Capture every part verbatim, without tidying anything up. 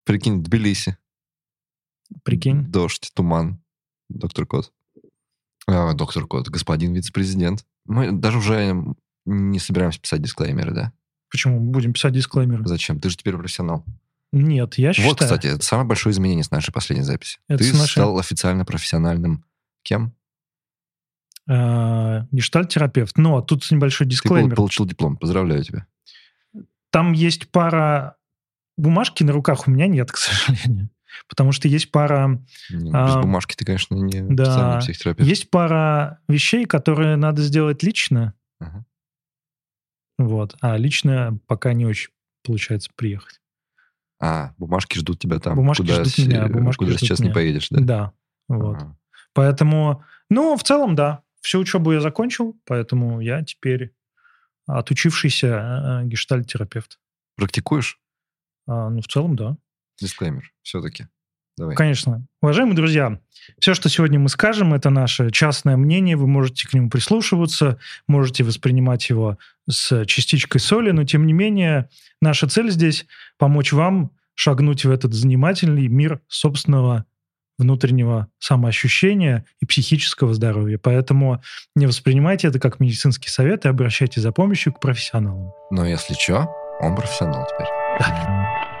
Прикинь, Тбилиси. Прикинь. Дождь, туман. Доктор Кот. А, доктор Кот, господин вице-президент. Мы даже уже не собираемся писать дисклеймеры, да? Почему? Будем писать дисклеймеры. Зачем? Ты же теперь профессионал. Нет, я считаю... Вот, кстати, это самое большое изменение с нашей последней записи. Это Ты нашей... стал официально профессиональным кем? Гештальт-терапевт. Но тут небольшой дисклеймер. Ты получил диплом. Поздравляю тебя. Там есть пара... Бумажки на руках у меня нет, к сожалению. Потому что есть пара... Без а, бумажки ты, конечно, не да, официальный психотерапевт. Есть пара вещей, которые надо сделать лично. Ага. Вот. А лично пока не очень получается приехать. А, бумажки ждут тебя там. Бумажки куда ждут с... меня. Бумажки куда ждут сейчас меня. не поедешь, да? Да. Вот. Ага. Поэтому... Ну, в целом, да. Всю учебу я закончил, поэтому я теперь отучившийся гештальт-терапевт. Практикуешь? А, ну, в целом, да. Дисклеймер все-таки. Давай. Конечно. Уважаемые друзья, все, что сегодня мы скажем, это наше частное мнение. Вы можете к нему прислушиваться, можете воспринимать его с частичкой соли, но, тем не менее, наша цель здесь — помочь вам шагнуть в этот занимательный мир собственного внутреннего самоощущения и психического здоровья. Поэтому не воспринимайте это как медицинский совет и обращайтесь за помощью к профессионалам. Но если что, он профессионал теперь. Да.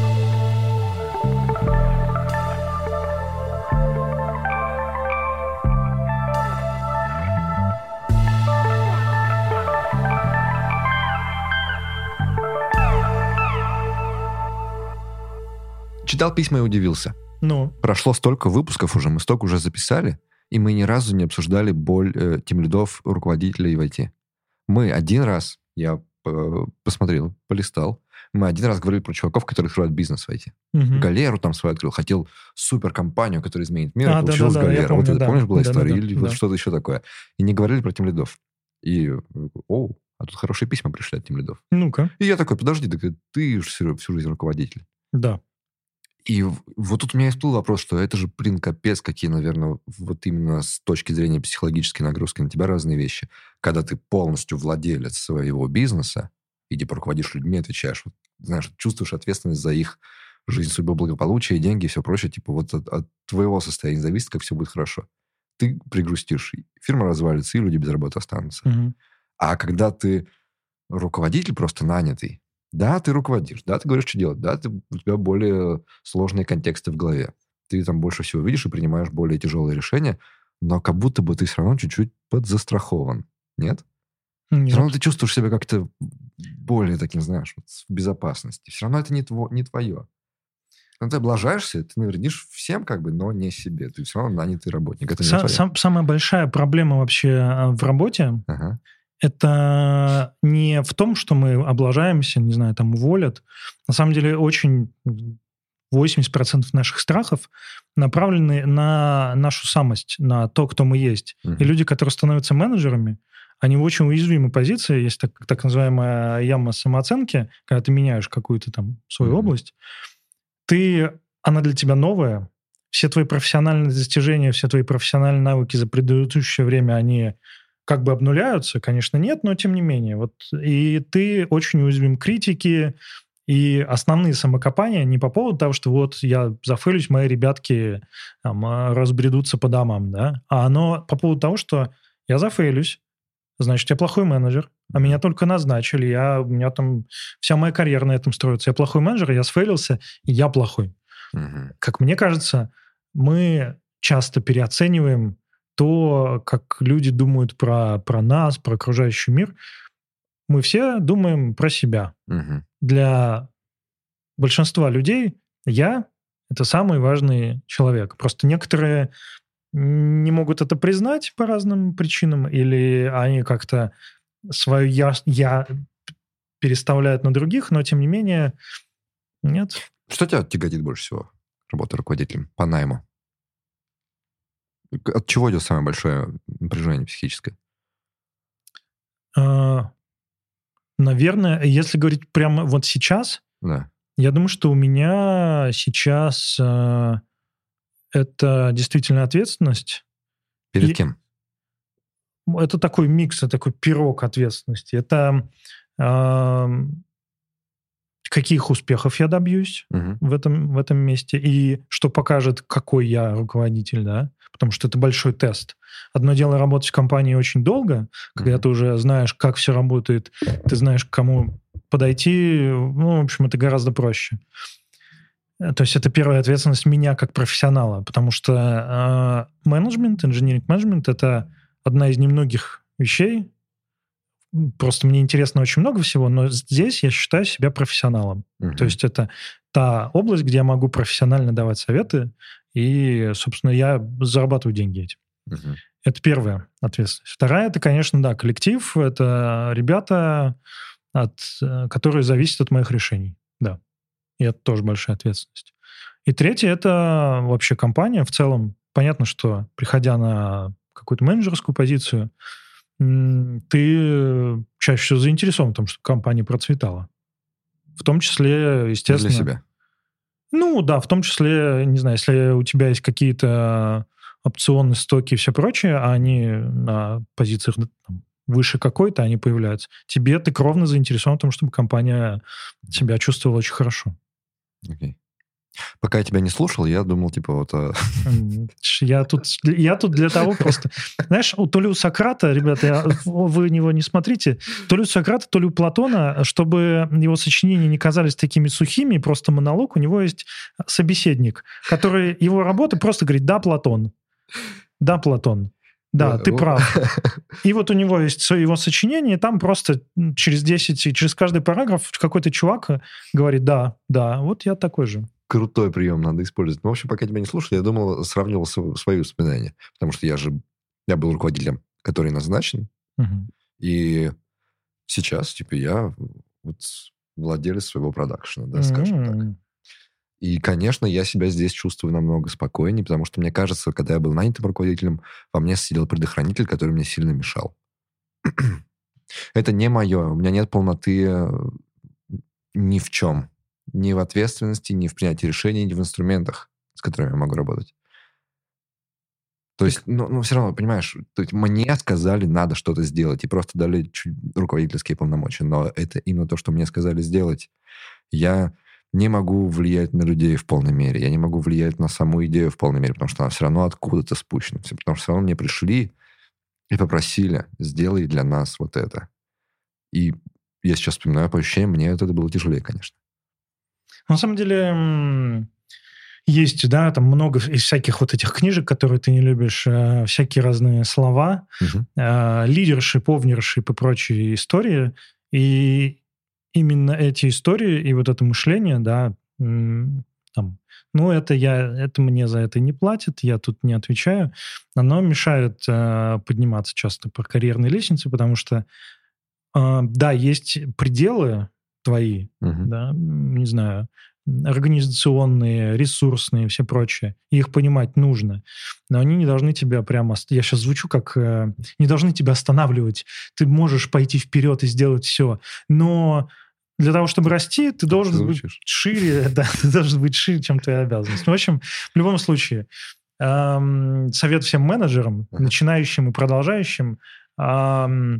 Читал письма и удивился. Ну? Прошло столько выпусков уже, мы столько уже записали, и мы ни разу не обсуждали боль э, тимлидов, руководителей в ай ти. Мы один раз, я э, посмотрел, полистал, мы один раз говорили про чуваков, которые открывают бизнес в ай ти. Угу. Галеру там свою открыл, хотел суперкомпанию, которая изменит мир, а, получилась да, да, да, Галера. Помню, вот это, да. помнишь, была да, история? да, да, Или да. вот что-то еще такое. И не говорили про тимлидов. И, о, а тут хорошие письма пришли от тимлидов. Ну-ка. И я такой, подожди, так ты же всю, всю жизнь руководитель. Да. И вот тут у меня всплыл вопрос, что это же, блин, капец, какие, наверное, вот именно с точки зрения психологической нагрузки на тебя разные вещи. Когда ты полностью владелец своего бизнеса, и типа руководишь людьми, отвечаешь, вот, знаешь, чувствуешь ответственность за их жизнь, судьбу, благополучие, деньги и все прочее. Типа вот от, от твоего состояния зависит, как все будет хорошо. Ты пригрустишь, фирма развалится, и люди без работы останутся. Угу. А когда ты руководитель просто нанятый, да, ты руководишь, да, ты говоришь, что делать, да, ты, у тебя более сложные контексты в голове. Ты там больше всего видишь и принимаешь более тяжелые решения, но как будто бы ты все равно чуть-чуть подзастрахован. Нет? Нет. Все равно ты чувствуешь себя как-то более таким, знаешь, вот, в безопасности. Все равно это не, тво, не твое. Когда ты облажаешься, ты навредишь всем, как бы, но не себе. Ты все равно нанятый работник. Это не Са- твое. сам, самая большая проблема вообще в работе Ага. это не в том, что мы облажаемся, не знаю, там уволят. На самом деле очень восемьдесят процентов наших страхов направлены на нашу самость, на то, кто мы есть. Угу. И люди, которые становятся менеджерами, они в очень уязвимой позиции. Есть так, так называемая яма самооценки, когда ты меняешь какую-то там свою угу. область. Ты, она для тебя новая. Все твои профессиональные достижения, все твои профессиональные навыки за предыдущее время, они как бы обнуляются, конечно, нет, но тем не менее. Вот, и ты очень уязвим к критике, и основные самокопания не по поводу того, что вот я зафейлюсь, мои ребятки там, разбредутся по домам, да, а оно по поводу того, что я зафейлюсь, значит, я плохой менеджер, а меня только назначили, я, у меня там вся моя карьера на этом строится. Я плохой менеджер, я сфейлился, и я плохой. Угу. Как мне кажется, мы часто переоцениваем то, как люди думают про, про нас, про окружающий мир. Мы все думаем про себя. Угу. Для большинства людей я — это самый важный человек. Просто некоторые не могут это признать по разным причинам, или они как-то свое «я», я переставляют на других, но тем не менее нет. Что тебя тяготит больше всего? Работа руководителем по найму. От чего идет самое большое напряжение психическое? А, наверное, если говорить прямо вот сейчас, да. я думаю, что у меня сейчас а, это действительно ответственность. Перед И кем? Это такой микс, это такой пирог ответственности. Это а, каких успехов я добьюсь Мгм. в этом, в этом месте, и что покажет, какой я руководитель, да, потому что это большой тест. Одно дело работать в компании очень долго, когда Мгм. ты уже знаешь, как все работает, ты знаешь, к кому подойти, ну, в общем, это гораздо проще. Э, То есть это первая ответственность меня как профессионала, потому что э, менеджмент, инжиниринг-менеджмент — это одна из немногих вещей. М, Просто мне интересно очень много всего, но здесь я считаю себя профессионалом. То Мгм. есть это та область, где я могу профессионально давать советы, и, собственно, я зарабатываю деньги этим. Мгм. Это первая ответственность. Вторая — это, конечно, да, коллектив, это ребята, от, э, которые зависят от моих решений. Да, и это тоже большая ответственность. И третье — это вообще компания в целом. Понятно, что, приходя на какую-то менеджерскую позицию, м, ты чаще всего заинтересован в том, чтобы компания процветала. В том числе, Для естественно... себя. Ну да, в том числе, не знаю, если у тебя есть какие-то опционы, стоки и все прочее, а они на позициях да, там, выше какой-то, они появляются, тебе ты кровно заинтересован в том, чтобы компания себя чувствовала очень хорошо. Окей. Пока я тебя не слушал, я думал, типа, вот... а, М, ш- Я тут, я тут для того просто... Знаешь, у- то ли у Сократа, ребята, я- в- вы него не смотрите, то ли у Сократа, то ли у Платона, чтобы его сочинения не казались такими сухими, просто монолог, у него есть собеседник, который его работа просто говорит: да, Платон, да, Платон, да, да, ты во- прав. И вот у него есть со- его сочинение, и там просто м, через десять, и через каждый параграф какой-то чувак э, говорит: да, да, вот я такой же. Крутой прием надо использовать. Ну, в общем, пока тебя не слушал, я думал, сравнивал св- свои воспоминания. Потому что я же... Я был руководителем, который назначен. Мгм. И сейчас, типа, я вот владелец своего продакшена, да, скажем так. М. И, конечно, я себя здесь чувствую намного спокойнее, потому что, мне кажется, когда я был нанятым руководителем, во мне сидел предохранитель, который мне сильно мешал. Это не мое. У меня нет полноты э, ни в чем. Ни в ответственности, ни в принятии решений, ни в инструментах, с которыми я могу работать. То Так. есть, ну, ну, все равно, понимаешь, то есть мне сказали, надо что-то сделать, и просто дали чуть руководительские полномочия. Но это именно то, что мне сказали сделать. Я не могу влиять на людей в полной мере. Я не могу влиять на саму идею в полной мере, потому что она все равно откуда-то спущена. Всё- Потому что все равно мне пришли и попросили, сделай для нас вот это. И я сейчас вспоминаю по ощущениям, мне это было тяжелее, конечно. На самом деле м, есть, да, там много из всяких вот этих книжек, которые ты не любишь, э, всякие разные слова, Мгм. э, лидершип, овнершип и прочие истории. И именно эти истории и вот это мышление, да, м, там, ну, это я, это мне за это не платят, я тут не отвечаю, оно мешает э, подниматься часто по карьерной лестнице, потому что, э, да, есть пределы твои, Мгм. да, м, не знаю, м, организационные, ресурсные, все прочее. И их понимать нужно. Но они не должны тебя прямо... ост- Я сейчас звучу как... э, не должны тебя останавливать. Ты можешь пойти вперед и сделать все. Но для того, чтобы расти, ты Ты должен быть звучишь. шире, да, ты должен быть шире, чем твоя обязанность. Ну, в общем, в любом случае, эм, совет всем менеджерам, Ага. начинающим и продолжающим, ам,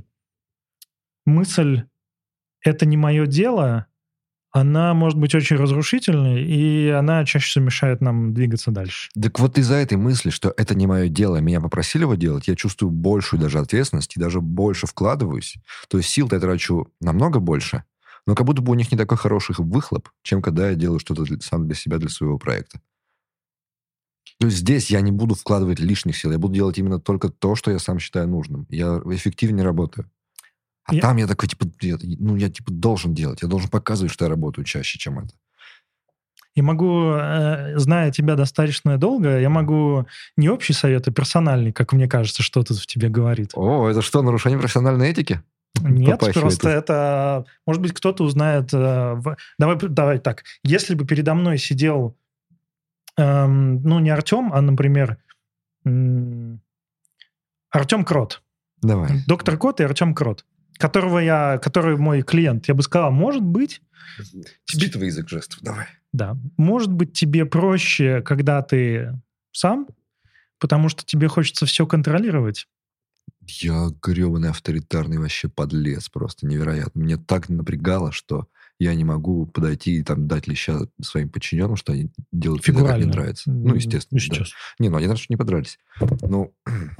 мысль «это не мое дело», она может быть очень разрушительной, и она чаще всего мешает нам двигаться дальше. Так вот из-за этой мысли, что это не мое дело, меня попросили его делать, я чувствую большую даже ответственность и даже больше вкладываюсь. То есть сил-то я трачу намного больше, но как будто бы у них не такой хороший выхлоп, чем когда я делаю что-то для- сам для себя, для своего проекта. То есть здесь я не буду вкладывать лишних сил, я буду делать именно только то, что я сам считаю нужным. Я эффективнее работаю. А Я, там я такой, типа, я- ну, я, типа, должен делать. Я должен показывать, что я работаю чаще, чем это. я могу, э, зная тебя достаточно долго, я могу не общий совет, а персональный, как мне кажется, что тут в тебе говорит. О, это что, нарушение профессиональной этики? Нет, Попахивает. просто это... Может быть, кто-то узнает... э, в- Давай, давай так. Если бы передо мной сидел, эм, ну, не Артем, а, например, м, Артем Крот. Давай. Доктор Кот и Артем Крот, которого я, который мой клиент, я бы сказал, может быть, тебе, Считывай язык жестов, давай. да, может быть, тебе проще, когда ты сам, потому что тебе хочется все контролировать. Я гребаный авторитарный вообще подлец, просто невероятно. Мне так напрягало, что я не могу подойти и там дать леща своим подчиненным, что они делают всегда, как мне нравится. Ну, естественно. Да. Не, ну они раньше не подрались. Ну...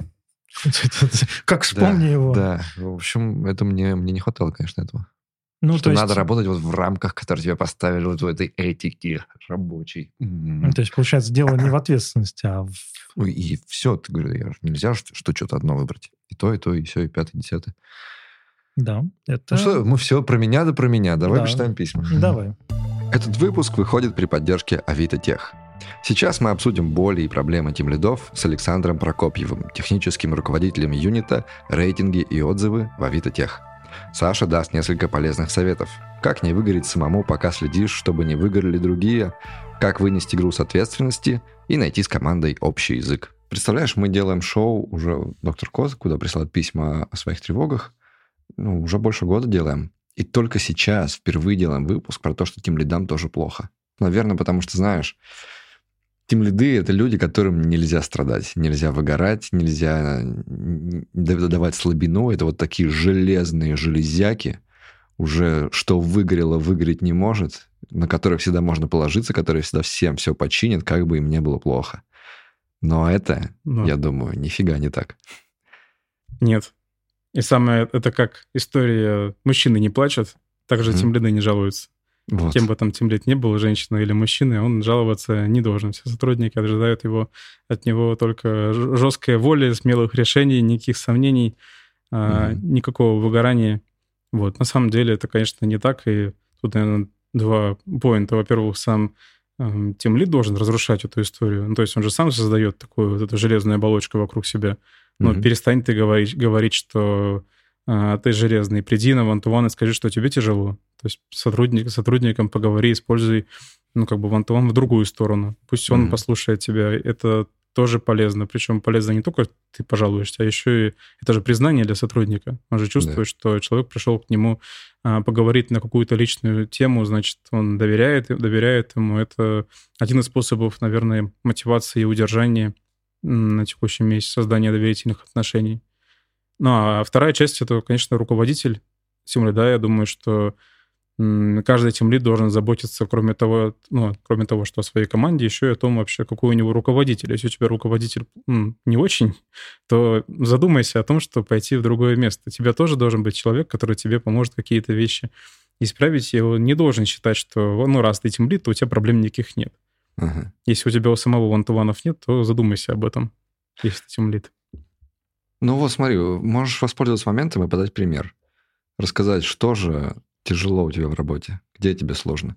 Как вспомни да, его. Да, в общем, это мне, мне не хватало, конечно, этого. Ну, что то есть... надо работать вот в рамках, которые тебе поставили вот в этой этике рабочей. Mm-hmm. То есть, получается, дело не в ответственности, а в... Ну, и все, ты говоришь, нельзя что, что что-то одно выбрать. И то, и то, и все, и пятое, и десятое. Да, это... Ну что, мы все про меня да про меня. Давай да. почитаем письма. Давай. Этот выпуск выходит при поддержке Авито Тех. Сейчас мы обсудим боли и проблемы тимлидов с Александром Прокопьевым, техническим руководителем юнита, рейтинги и отзывы в Авито Тех. Саша даст несколько полезных советов. Как не выгореть самому, пока следишь, чтобы не выгорели другие, как вынести груз ответственности и найти с командой общий язык. Представляешь, мы делаем шоу уже «Доктор Коз», куда присылают письма о своих тревогах. Ну, уже больше года делаем. И только сейчас впервые делаем выпуск про то, что тимлидам тоже плохо. Наверное, потому что, знаешь, тимлиды — это люди, которым нельзя страдать, нельзя выгорать, нельзя давать слабину. Это вот такие железные железяки, уже что выгорело, выгореть не может, на которых всегда можно положиться, которые всегда всем все починят, как бы им не было плохо. Но это, Но. я думаю, нифига не так. Нет. И самое, это как история «мужчины не плачут», также mm-hmm. тимлиды не жалуются. Вот. Кем бы там тимлид не был, женщина или мужчина, он жаловаться не должен. Все сотрудники ожидают его, от него только жесткой воли, смелых решений, никаких сомнений, mm-hmm. никакого выгорания. Вот. На самом деле это, конечно, не так. И тут, наверное, два поинта. Во-первых, сам э, тимлид должен разрушать эту историю. Ну, то есть он же сам создает такую вот эту железную оболочку вокруг себя. Но mm-hmm. перестань ты говорить, говорить что э, ты железный. Приди на one-to-one и скажи, что тебе тяжело. То есть сотрудник, сотрудникам поговори, используй, ну, как бы one-to-one в другую сторону. Пусть он mm-hmm. послушает тебя. Это тоже полезно. Причем полезно не только ты пожалуешься, а еще и это же признание для сотрудника. Он же чувствует, yeah. что человек пришел к нему а, поговорить на какую-то личную тему, значит, он доверяет, доверяет ему. Это один из способов, наверное, мотивации и удержания на текущем месте, создания доверительных отношений. Ну, а вторая часть — это, конечно, руководитель тимлида. Я думаю, что каждый тимлид должен заботиться, кроме того, ну, кроме того, что о своей команде, еще и о том вообще, какой у него руководитель. Если у тебя руководитель м, не очень, то задумайся о том, что пойти в другое место. У тебя тоже должен быть человек, который тебе поможет какие-то вещи исправить. И он не должен считать, что, ну, раз ты тимлид, то у тебя проблем никаких нет. Uh-huh. Если у тебя у самого one-to-one нет, то задумайся об этом, если ты тимлид. Ну вот смотри, можешь воспользоваться моментом и подать пример. Рассказать, что же тяжело у тебя в работе, где тебе сложно.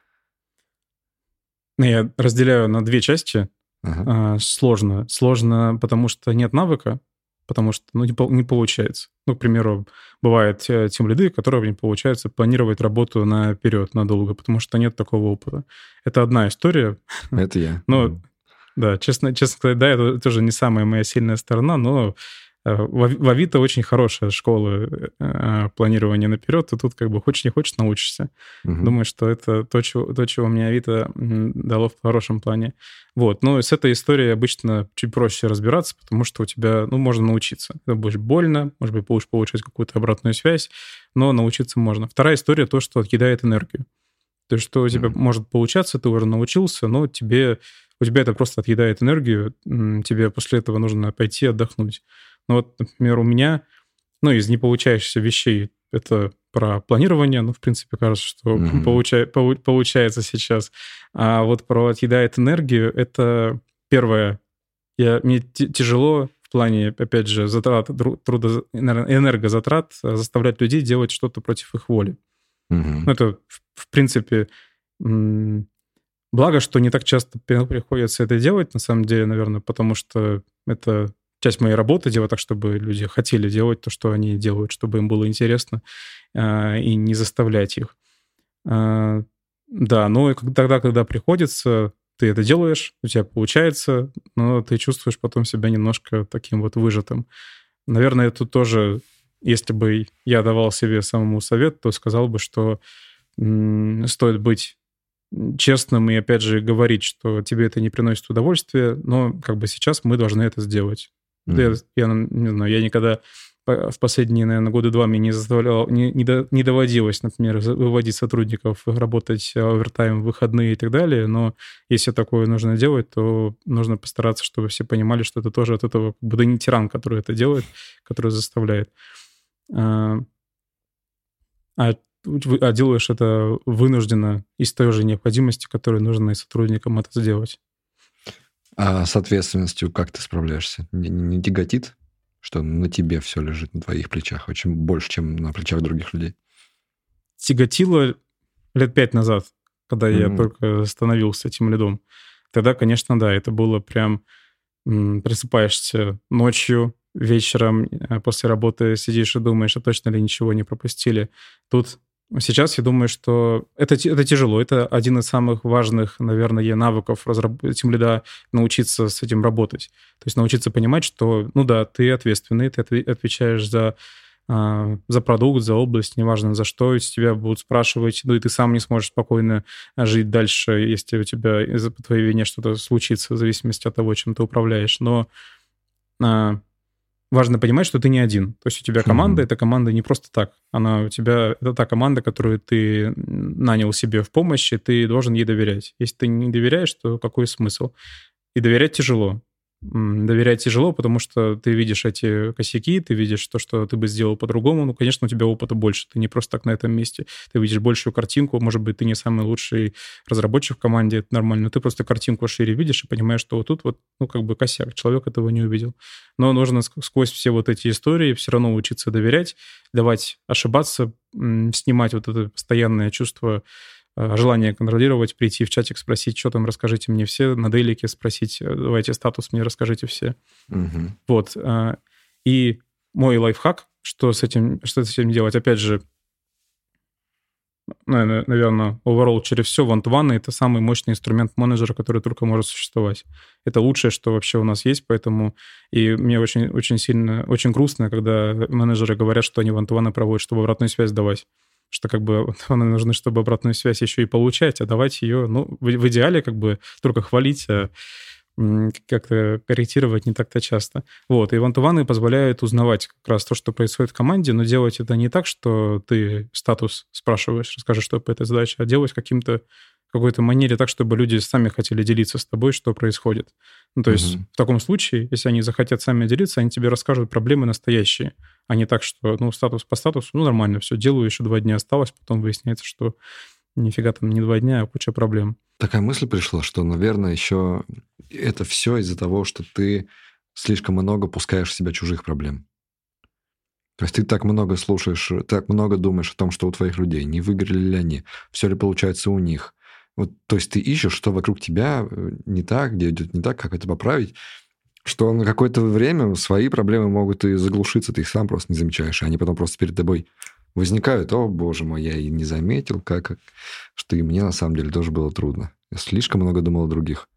Я разделяю на две части. Uh-huh. Сложно. Сложно, потому что нет навыка, потому что ну, не, по- не получается. Ну, к примеру, бывают тимлиды, которым не получается планировать работу наперед, надолго, потому что нет такого опыта. Это одна история. Это я. Ну, да, честно, честно сказать, да, это тоже не самая моя сильная сторона, но в Авито очень хорошая школа планирования наперед, и тут как бы хочешь не хочешь научишься. Uh-huh. Думаю, что это то чего, то, чего мне Авито дало в хорошем плане. Вот. Но с этой историей обычно чуть проще разбираться, потому что у тебя, ну, можно научиться. Это будет больно, может быть, будешь получать какую-то обратную связь, но научиться можно. Вторая история — то, что отъедает энергию. То есть что у тебя uh-huh. может получаться, ты уже научился, но тебе, у тебя это просто отъедает энергию, тебе после этого нужно пойти отдохнуть. Ну вот, например, у меня, ну, из неполучающихся вещей это про планирование, ну, в принципе, кажется, что mm-hmm. получа- по- получается сейчас. А вот про отъедает энергию, это первое. Я, мне т- тяжело в плане, опять же, затрат, трудо, энергозатрат заставлять людей делать что-то против их воли. Mm-hmm. Ну, это, в, в принципе, м- благо, что не так часто приходится это делать, на самом деле, наверное, потому что это... часть моей работы делать так, чтобы люди хотели делать то, что они делают, чтобы им было интересно, э, и не заставлять их. Э, да, но тогда, когда приходится, ты это делаешь, у тебя получается, но ты чувствуешь потом себя немножко таким вот выжатым. Наверное, это тоже, если бы я давал себе самому совет, то сказал бы, что м- стоит быть честным и, опять же, говорить, что тебе это не приносит удовольствия, но как бы сейчас мы должны это сделать. Mm-hmm. Я, я, не знаю, я никогда в последние, наверное, года два мне не, заставляло, не, не, до, не доводилось, например, выводить сотрудников, работать овертайм, выходные и так далее, но если такое нужно делать, то нужно постараться, чтобы все понимали, что это тоже от этого, как бы, да не тиран, который это делает, который заставляет. А, а, а делаешь это вынужденно из той же необходимости, которой нужно и сотрудникам это сделать. А с ответственностью как ты справляешься? Не, не, не тяготит, что на тебе все лежит, на твоих плечах, очень больше, чем на плечах других людей? Тяготило лет пять назад, когда mm-hmm. я только становился этим лидом. Тогда, конечно, да, это было прям... М, просыпаешься ночью, вечером, после работы сидишь и думаешь, а точно ли ничего не пропустили. Тут сейчас я думаю, что это, это тяжело. Это один из самых важных, наверное, навыков тимлида — научиться с этим работать. То есть научиться понимать, что, ну да, ты ответственный, ты отвечаешь за, за продукт, за область, неважно за что, из тебя будут спрашивать, ну и ты сам не сможешь спокойно жить дальше, если у тебя из-за по твоей вине что-то случится, в зависимости от того, чем ты управляешь. Но важно понимать, что ты не один. То есть у тебя команда, mm-hmm. эта команда не просто так. Она у тебя... Это та команда, которую ты нанял себе в помощь, и ты должен ей доверять. Если ты не доверяешь, то какой смысл? И доверять тяжело. Доверять тяжело, потому что ты видишь эти косяки, ты видишь то, что ты бы сделал по-другому. Ну, конечно, у тебя опыта больше. Ты не просто так на этом месте. Ты видишь большую картинку. Может быть, ты не самый лучший разработчик в команде, это нормально. Но ты просто картинку шире видишь и понимаешь, что вот тут вот, ну, как бы косяк. Человек этого не увидел. Но нужно сквозь все вот эти истории все равно учиться доверять, давать ошибаться, снимать вот это постоянное чувство, желание контролировать, прийти в чатик, спросить, что там, расскажите мне все, на дейлике спросить, давайте статус мне расскажите все. Угу. Вот. И мой лайфхак, что с этим, что с этим делать, опять же, наверное, overall через все, one-to-one — это самый мощный инструмент менеджера, который только может существовать. Это лучшее, что вообще у нас есть, поэтому и мне очень, очень сильно, очень грустно, когда менеджеры говорят, что они one-to-one проводят, чтобы обратную связь давать. Что как бы нам нужно, чтобы обратную связь еще и получать, а давать ее, ну, в, в идеале как бы только хвалить, а как-то корректировать не так-то часто. Вот, и one-to-one позволяют узнавать как раз то, что происходит в команде, но делать это не так, что ты статус спрашиваешь, расскажешь, что по этой задаче, а делать каким-то в какой-то манере так, чтобы люди сами хотели делиться с тобой, что происходит. Ну, то есть mm-hmm. в таком случае, если они захотят сами делиться, они тебе расскажут проблемы настоящие, а не так, что, ну, статус по статусу, ну, нормально, все, делаю, еще два дня осталось, потом выясняется, что нифига там не два дня, а куча проблем. Такая мысль пришла, что, наверное, еще это все из-за того, что ты слишком много пускаешь в себя чужих проблем. То есть ты так много слушаешь, так много думаешь о том, что у твоих людей, не выиграли ли они, все ли получается у них. Вот, то есть ты ищешь, что вокруг тебя не так, где идет не так, как это поправить, что на какое-то время свои проблемы могут и заглушиться, ты их сам просто не замечаешь, а они потом просто перед тобой возникают. О, боже мой, я и не заметил, как, что и мне на самом деле тоже было трудно. Я слишком много думал о других.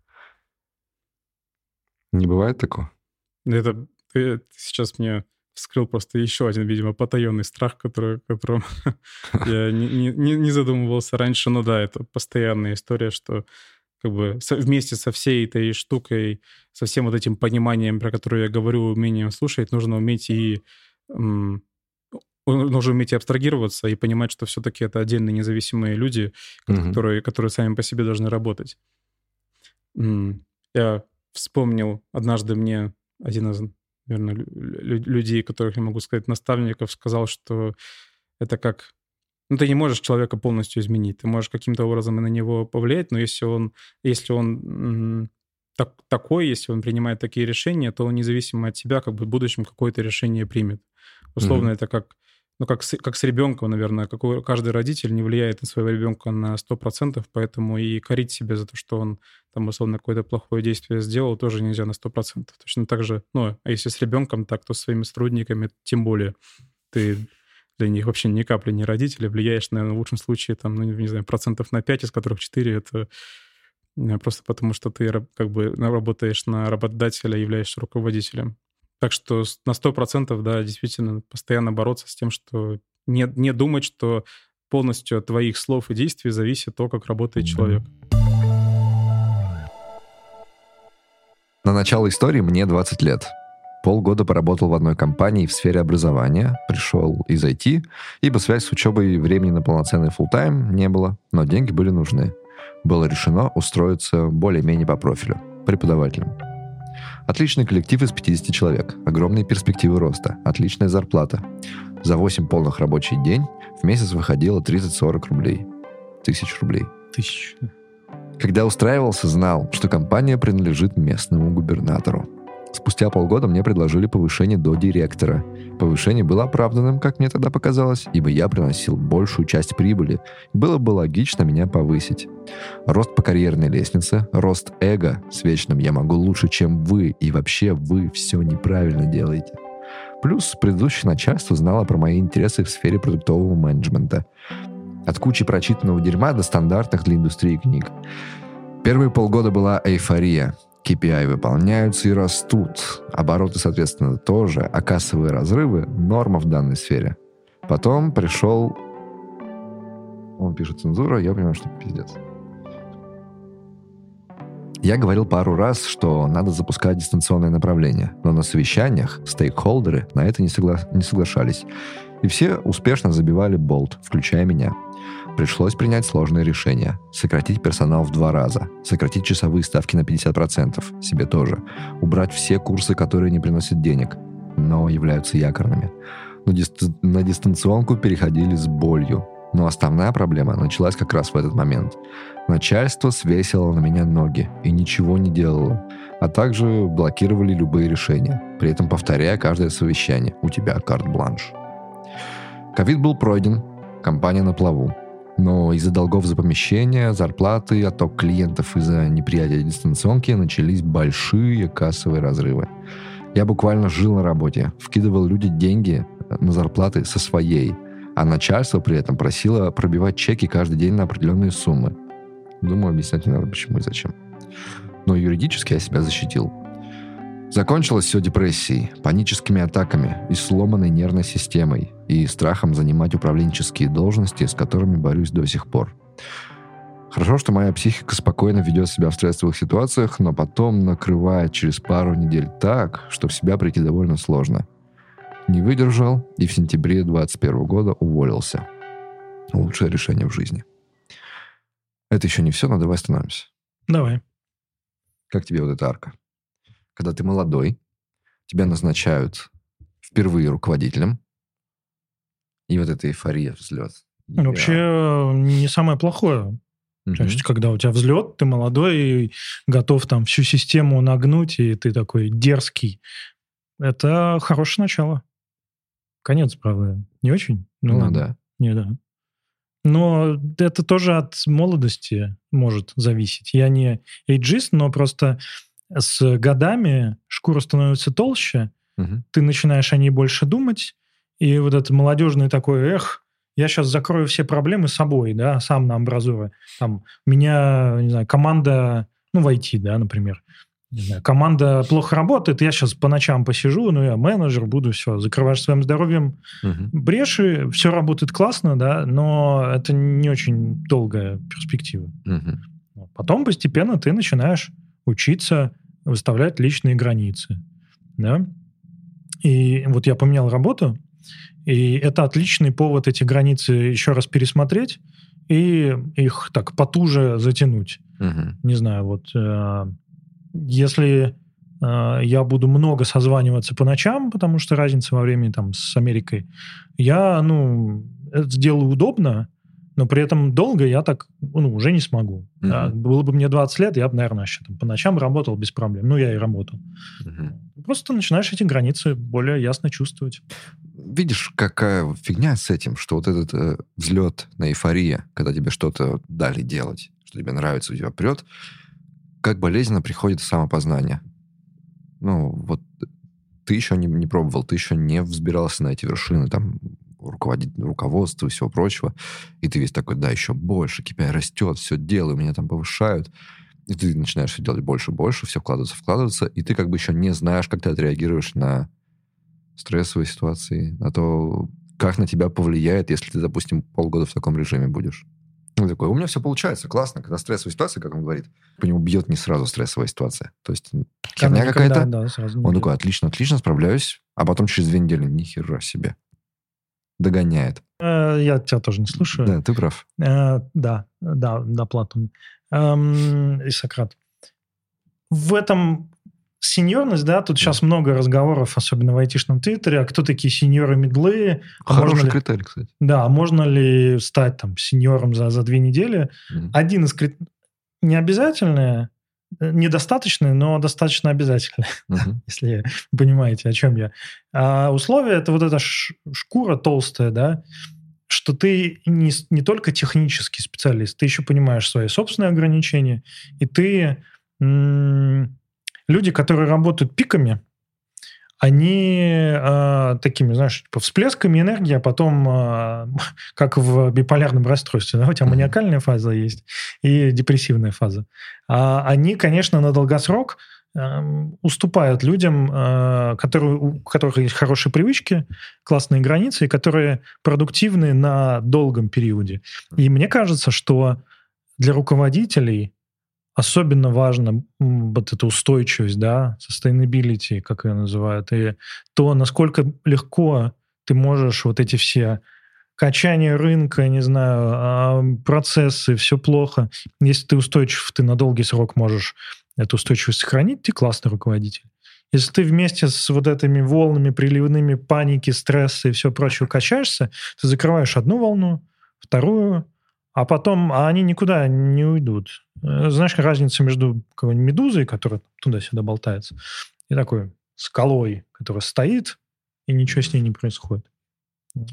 Не бывает такого? Это ты сейчас мне вскрыл просто еще один, видимо, потаенный страх, который, о котором я не, не, не задумывался раньше. Но да, это постоянная история, что как бы вместе со всей этой штукой, со всем вот этим пониманием, про которое я говорю, умением слушать, нужно уметь и... М- нужно уметь и абстрагироваться и понимать, что все-таки это отдельные независимые люди, mm-hmm. которые, которые сами по себе должны работать. М- я вспомнил, однажды мне один из, наверное, лю- людей, которых я могу сказать, наставников, сказал, что это как... Ну, ты не можешь человека полностью изменить. Ты можешь каким-то образом и на него повлиять, но если он, если он м- так, такой, если он принимает такие решения, то он независимо от тебя как бы в будущем какое-то решение примет. Условно, mm-hmm. это как... Ну, как с, как с ребенком, наверное. Какой, каждый родитель не влияет на своего ребенка на сто процентов, поэтому и корить себя за то, что он там, условно, какое-то плохое действие сделал, тоже нельзя на сто процентов. Точно так же, ну, а если с ребенком так, то с своими сотрудниками тем более. Ты для них вообще ни капли не родители, влияешь, наверное, в лучшем случае, там, ну, не знаю, процентов на пять, из которых четыре — это просто потому, что ты как бы работаешь на работодателя, являешься руководителем. Так что на сто процентов, да, действительно, постоянно бороться с тем, что не, не думать, что полностью от твоих слов и действий зависит то, как работает человек. На начало истории мне двадцать лет. Полгода поработал в одной компании в сфере образования, пришел из ай ти, ибо связь с учебой времени на полноценный фулл-тайм не было, но деньги были нужны. Было решено устроиться более-менее по профилю, преподавателем. Отличный коллектив из пятидесяти человек, огромные перспективы роста, отличная зарплата. За восемь полных рабочих дней в месяц выходило тридцать-сорок рублей. Тысяч рублей. Тысяч. Когда устраивался, знал, что компания принадлежит местному губернатору. Спустя полгода мне предложили повышение до директора. Повышение было оправданным, как мне тогда показалось, ибо я приносил большую часть прибыли, и было бы логично меня повысить. Рост по карьерной лестнице, рост эго с вечным «я могу лучше, чем вы», и вообще вы все неправильно делаете. Плюс предыдущее начальство знало про мои интересы в сфере продуктового менеджмента. От кучи прочитанного дерьма до стандартных для индустрии книг. Первые полгода была эйфория. кей пи ай выполняются и растут. Обороты, соответственно, тоже, а кассовые разрывы — норма в данной сфере. Потом пришел... Он пишет цензура, я понимаю, что пиздец. Я говорил пару раз, что надо запускать дистанционное направление, но на совещаниях стейкхолдеры на это не, согла... не соглашались. И все успешно забивали болт, включая меня. Пришлось принять сложное решение. Сократить персонал в два раза. Сократить часовые ставки на пятьдесят процентов. Себе тоже. Убрать все курсы, которые не приносят денег, но являются якорными. Но дист... На дистанционку переходили с болью. Но основная проблема началась как раз в этот момент. Начальство свесило на меня ноги и ничего не делало, а также блокировали любые решения, при этом повторяя каждое совещание: у тебя карт-бланш. Ковид был пройден, компания на плаву. Но из-за долгов за помещение, зарплаты, отток клиентов из-за неприятия дистанционки начались большие кассовые разрывы. Я буквально жил на работе, вкидывал люди деньги на зарплаты со своей, а начальство при этом просило пробивать чеки каждый день на определенные суммы. Думаю, объяснять не надо, почему и зачем. Но юридически я себя защитил. Закончилось все депрессией, паническими атаками и сломанной нервной системой, и страхом занимать управленческие должности, с которыми борюсь до сих пор. Хорошо, что моя психика спокойно ведет себя в стрессовых ситуациях, но потом накрывает через пару недель так, что в себя прийти довольно сложно. Не выдержал и в сентябре двадцать первого года уволился. Лучшее решение в жизни. Это еще не все, но давай остановимся. Давай. Как тебе вот эта арка? Когда ты молодой, тебя назначают впервые руководителем, и вот эта эйфория, взлет. Я... Вообще не самое плохое. Mm-hmm. То есть, когда у тебя взлет, ты молодой и готов там всю систему нагнуть, и ты такой дерзкий. Это хорошее начало. Конец, правда, не очень. Ну, ну ладно. да. Не, да. Но это тоже от молодости может зависеть. Я не эйджист, но просто с годами шкура становится толще, угу. Ты начинаешь о ней больше думать, и вот этот молодежный такой, эх, я сейчас закрою все проблемы собой, да, сам наобразую. Там, у меня, не знаю, команда, ну, в ай ти, да, например, не знаю, команда плохо работает, я сейчас по ночам посижу, ну, я менеджер, буду все, закрываешь своим здоровьем угу. бреши, все работает классно, да, но это не очень долгая перспектива. Угу. Потом постепенно ты начинаешь учиться выставлять личные границы, да. И вот я поменял работу, и это отличный повод эти границы еще раз пересмотреть и их так потуже затянуть. Угу. Не знаю, вот... Если э, я буду много созваниваться по ночам, потому что разница во времени там с Америкой, я, ну, это сделаю удобно, но при этом долго я так, ну, уже не смогу. Uh-huh. Да, было бы мне двадцать лет, я бы, наверное, еще там по ночам работал без проблем. Ну, я и работал. Uh-huh. Просто начинаешь эти границы более ясно чувствовать. Видишь, какая фигня с этим, что вот этот э, взлет на эйфория, когда тебе что-то дали делать, что тебе нравится, у тебя прет, как болезненно приходит самопознание. Ну, вот ты еще не, не пробовал, ты еще не взбирался на эти вершины, там, руководить, руководство и всего прочего, и ты весь такой, да, еще больше, кей пи ай растет, все делаю, меня там повышают, и ты начинаешь все делать больше и больше, все вкладываться, вкладываться, и ты как бы еще не знаешь, как ты отреагируешь на стрессовые ситуации, на то, как на тебя повлияет, если ты, допустим, полгода в таком режиме будешь. Он такой, у меня все получается, классно. Когда стрессовая ситуация, как он говорит, по нему бьет не сразу стрессовая ситуация. То есть херня какая-то. Да, сразу Он такой, отлично, отлично, справляюсь. А потом через две недели, ни хера себе. Догоняет. Я тебя тоже не слушаю. Да, ты прав. Да, да, да, Платон. И Сократ. В этом сеньорность, да, тут сейчас много разговоров, особенно в айтишном твиттере, а кто такие сеньоры, медлы. Хороший можно критерий, кстати. Ли, да, можно ли стать там сеньором за, за две недели? Mm-hmm. Один из критериев, не обязательное, недостаточное, но достаточно обязательное, mm-hmm. если вы понимаете, о чем я. А условие – это вот эта шкура толстая, да, что ты не, не только технический специалист, ты еще понимаешь свои собственные ограничения, и ты... М- Люди, которые работают пиками, они э, такими, знаешь, типа всплесками энергии, а потом, э, как в биполярном расстройстве, да, у тебя маниакальная фаза есть и депрессивная фаза. А они, конечно, на долгосрок э, уступают людям, э, которые, у которых есть хорошие привычки, классные границы, и которые продуктивны на долгом периоде. И мне кажется, что для руководителей особенно важно вот эта устойчивость, да, sustainability, как ее называют, и то, насколько легко ты можешь вот эти все качания рынка, не знаю, процессы, все плохо. Если ты устойчив, ты на долгий срок можешь эту устойчивость сохранить, ты классный руководитель. Если ты вместе с вот этими волнами приливными паники, стресса и все прочее качаешься, ты закрываешь одну волну, вторую, а потом а они никуда не уйдут. Знаешь, разница между какой-нибудь медузой, которая туда-сюда болтается, и такой скалой, которая стоит, и ничего с ней не происходит. Вот.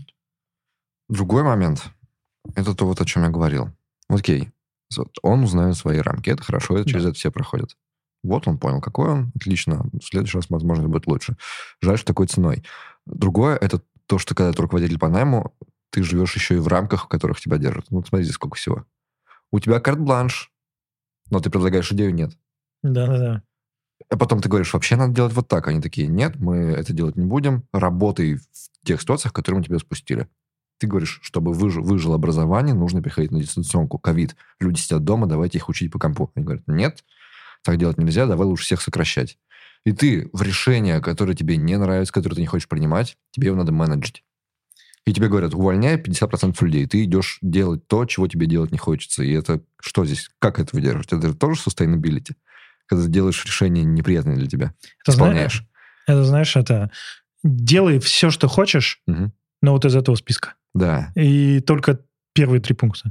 Другой момент. Это то, вот о чем я говорил. Окей. Он узнает свои рамки. Это хорошо, это через да. это все проходят. Вот он понял, какой он. Отлично. В следующий раз, возможно, будет лучше. Жаль, что такой ценой. Другое, это то, что когда ты руководитель по найму, ты живешь еще и в рамках, в которых тебя держат. Ну, смотрите, сколько всего. У тебя карт-бланш, но ты предлагаешь идею, нет. Да-да-да. А потом ты говоришь, вообще надо делать вот так. Они такие, нет, мы это делать не будем. Работай в тех ситуациях, которые мы тебя спустили. Ты говоришь, чтобы выжил, выжило образование, нужно переходить на дистанционку. Ковид. Люди сидят дома, давайте их учить по компу. Они говорят, нет, так делать нельзя, давай лучше всех сокращать. И ты в решение, которое тебе не нравится, которое ты не хочешь принимать, тебе его надо менеджить. И тебе говорят, увольняй пятьдесят процентов людей. Ты идешь делать то, чего тебе делать не хочется. И это что здесь? Как это выдерживать? Это тоже sustainability? Когда ты делаешь решение неприятное для тебя. Это исполняешь. Знаешь, это, знаешь, это делай все, что хочешь, угу. но вот из этого списка. Да. И только первые три пункта.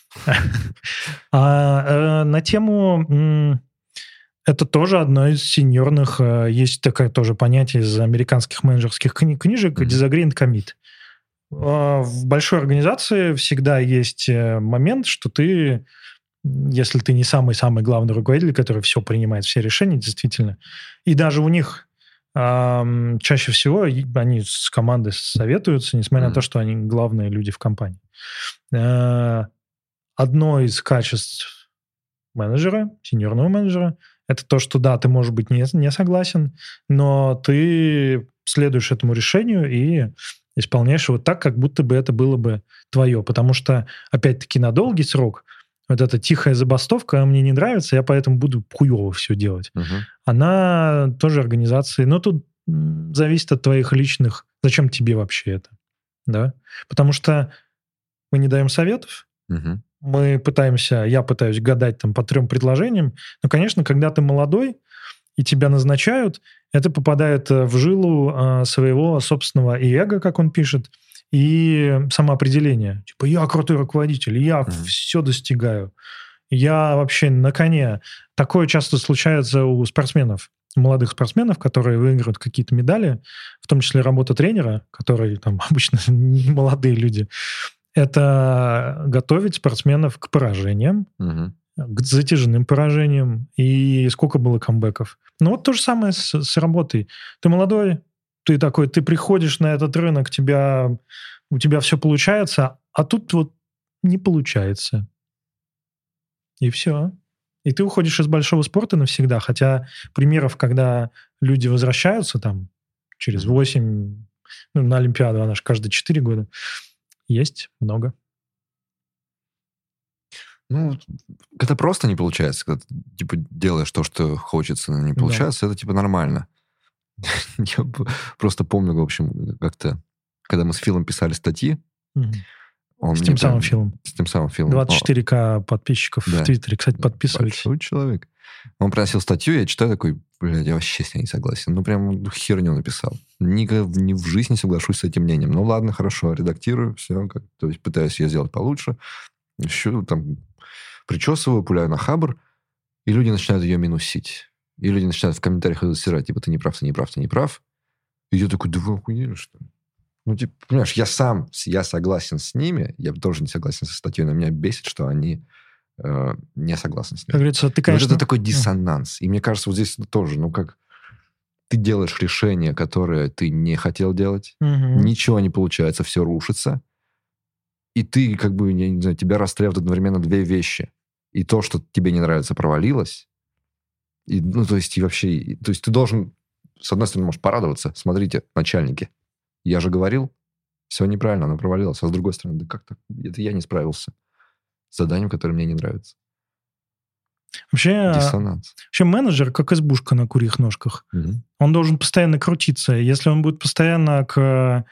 На тему... Это тоже одно из сеньорных... Есть такое тоже понятие из американских менеджерских книжек disagree and commit. В большой организации всегда есть момент, что ты, если ты не самый-самый главный руководитель, который все принимает, все решения, действительно, и даже у них э, чаще всего они с командой советуются, несмотря mm-hmm. на то, что они главные люди в компании. Э, одно из качеств менеджера, сеньорного менеджера, это то, что да, ты, может быть, не, не согласен, но ты следуешь этому решению и исполняешь его так, как будто бы это было бы твое. Потому что, опять-таки, на долгий срок вот эта тихая забастовка мне не нравится, я поэтому буду хуёво все делать. Угу. Она тоже организации... Но тут зависит от твоих личных... Зачем тебе вообще это? Да? Потому что мы не даем советов, угу. мы пытаемся... Я пытаюсь гадать там по трем предложениям. Но, конечно, когда ты молодой, и тебя назначают, это попадает в жилу э, своего собственного и эго, как он пишет, и самоопределение. Типа, я крутой руководитель, я mm-hmm. все достигаю. Я вообще на коне. Такое часто случается у спортсменов, молодых спортсменов, которые выигрывают какие-то медали, в том числе работа тренера, которые там обычно не молодые люди. Это готовить спортсменов к поражениям, mm-hmm. к затяжным поражениям, и сколько было камбэков. Ну вот то же самое с, с работой. Ты молодой, ты такой, ты приходишь на этот рынок, тебя, у тебя все получается, а тут вот не получается. И все. И ты уходишь из большого спорта навсегда, хотя примеров, когда люди возвращаются там через восемь, ну, на Олимпиаду, она же каждые четыре года, есть много. Ну, когда просто не получается, когда ты, типа, делаешь то, что хочется, но не получается, да. Это, типа, нормально. Я просто помню, в общем, как-то, когда мы с Филом писали статьи, Он с тем самым прям, Филом. С тем самым Филом. двадцать четыре ка подписчиков да. в Твиттере. Кстати, подписывайтесь. Большой человек. Он приносил статью, я читаю такой, блядь, я вообще с ней не согласен. Ну, прям херню написал. Никогда ни в жизни не соглашусь с этим мнением. Ну, ладно, хорошо, редактирую, все. Как, то есть пытаюсь я сделать получше. Еще там причесываю, пуляю на хабр, и люди начинают ее минусить. И люди начинают в комментариях засирать, типа, ты не прав, ты не прав, ты не прав. И я такой, да вы охуели, что ли? Ну, типа, понимаешь, я сам, я согласен с ними, я тоже не согласен со статьей, но меня бесит, что они э, не согласны с ними. Как говорится, ты, конечно... Вот это такой диссонанс. И мне кажется, вот здесь тоже, ну, как ты делаешь решение, которое ты не хотел делать, угу. ничего не получается, все рушится, и ты, как бы, я не знаю, тебя расстреливают одновременно две вещи. И то, что тебе не нравится, провалилось. И, ну, то есть, и вообще... И, то есть, ты должен, с одной стороны, можешь порадоваться. Смотрите, начальники, я же говорил, все неправильно, оно провалилось. А с другой стороны, да как-то... Это я не справился с заданием, которое мне не нравится. Вообще, диссонанс. Вообще менеджер, как избушка на курьих ножках. Угу. Он должен постоянно крутиться. Если он будет постоянно к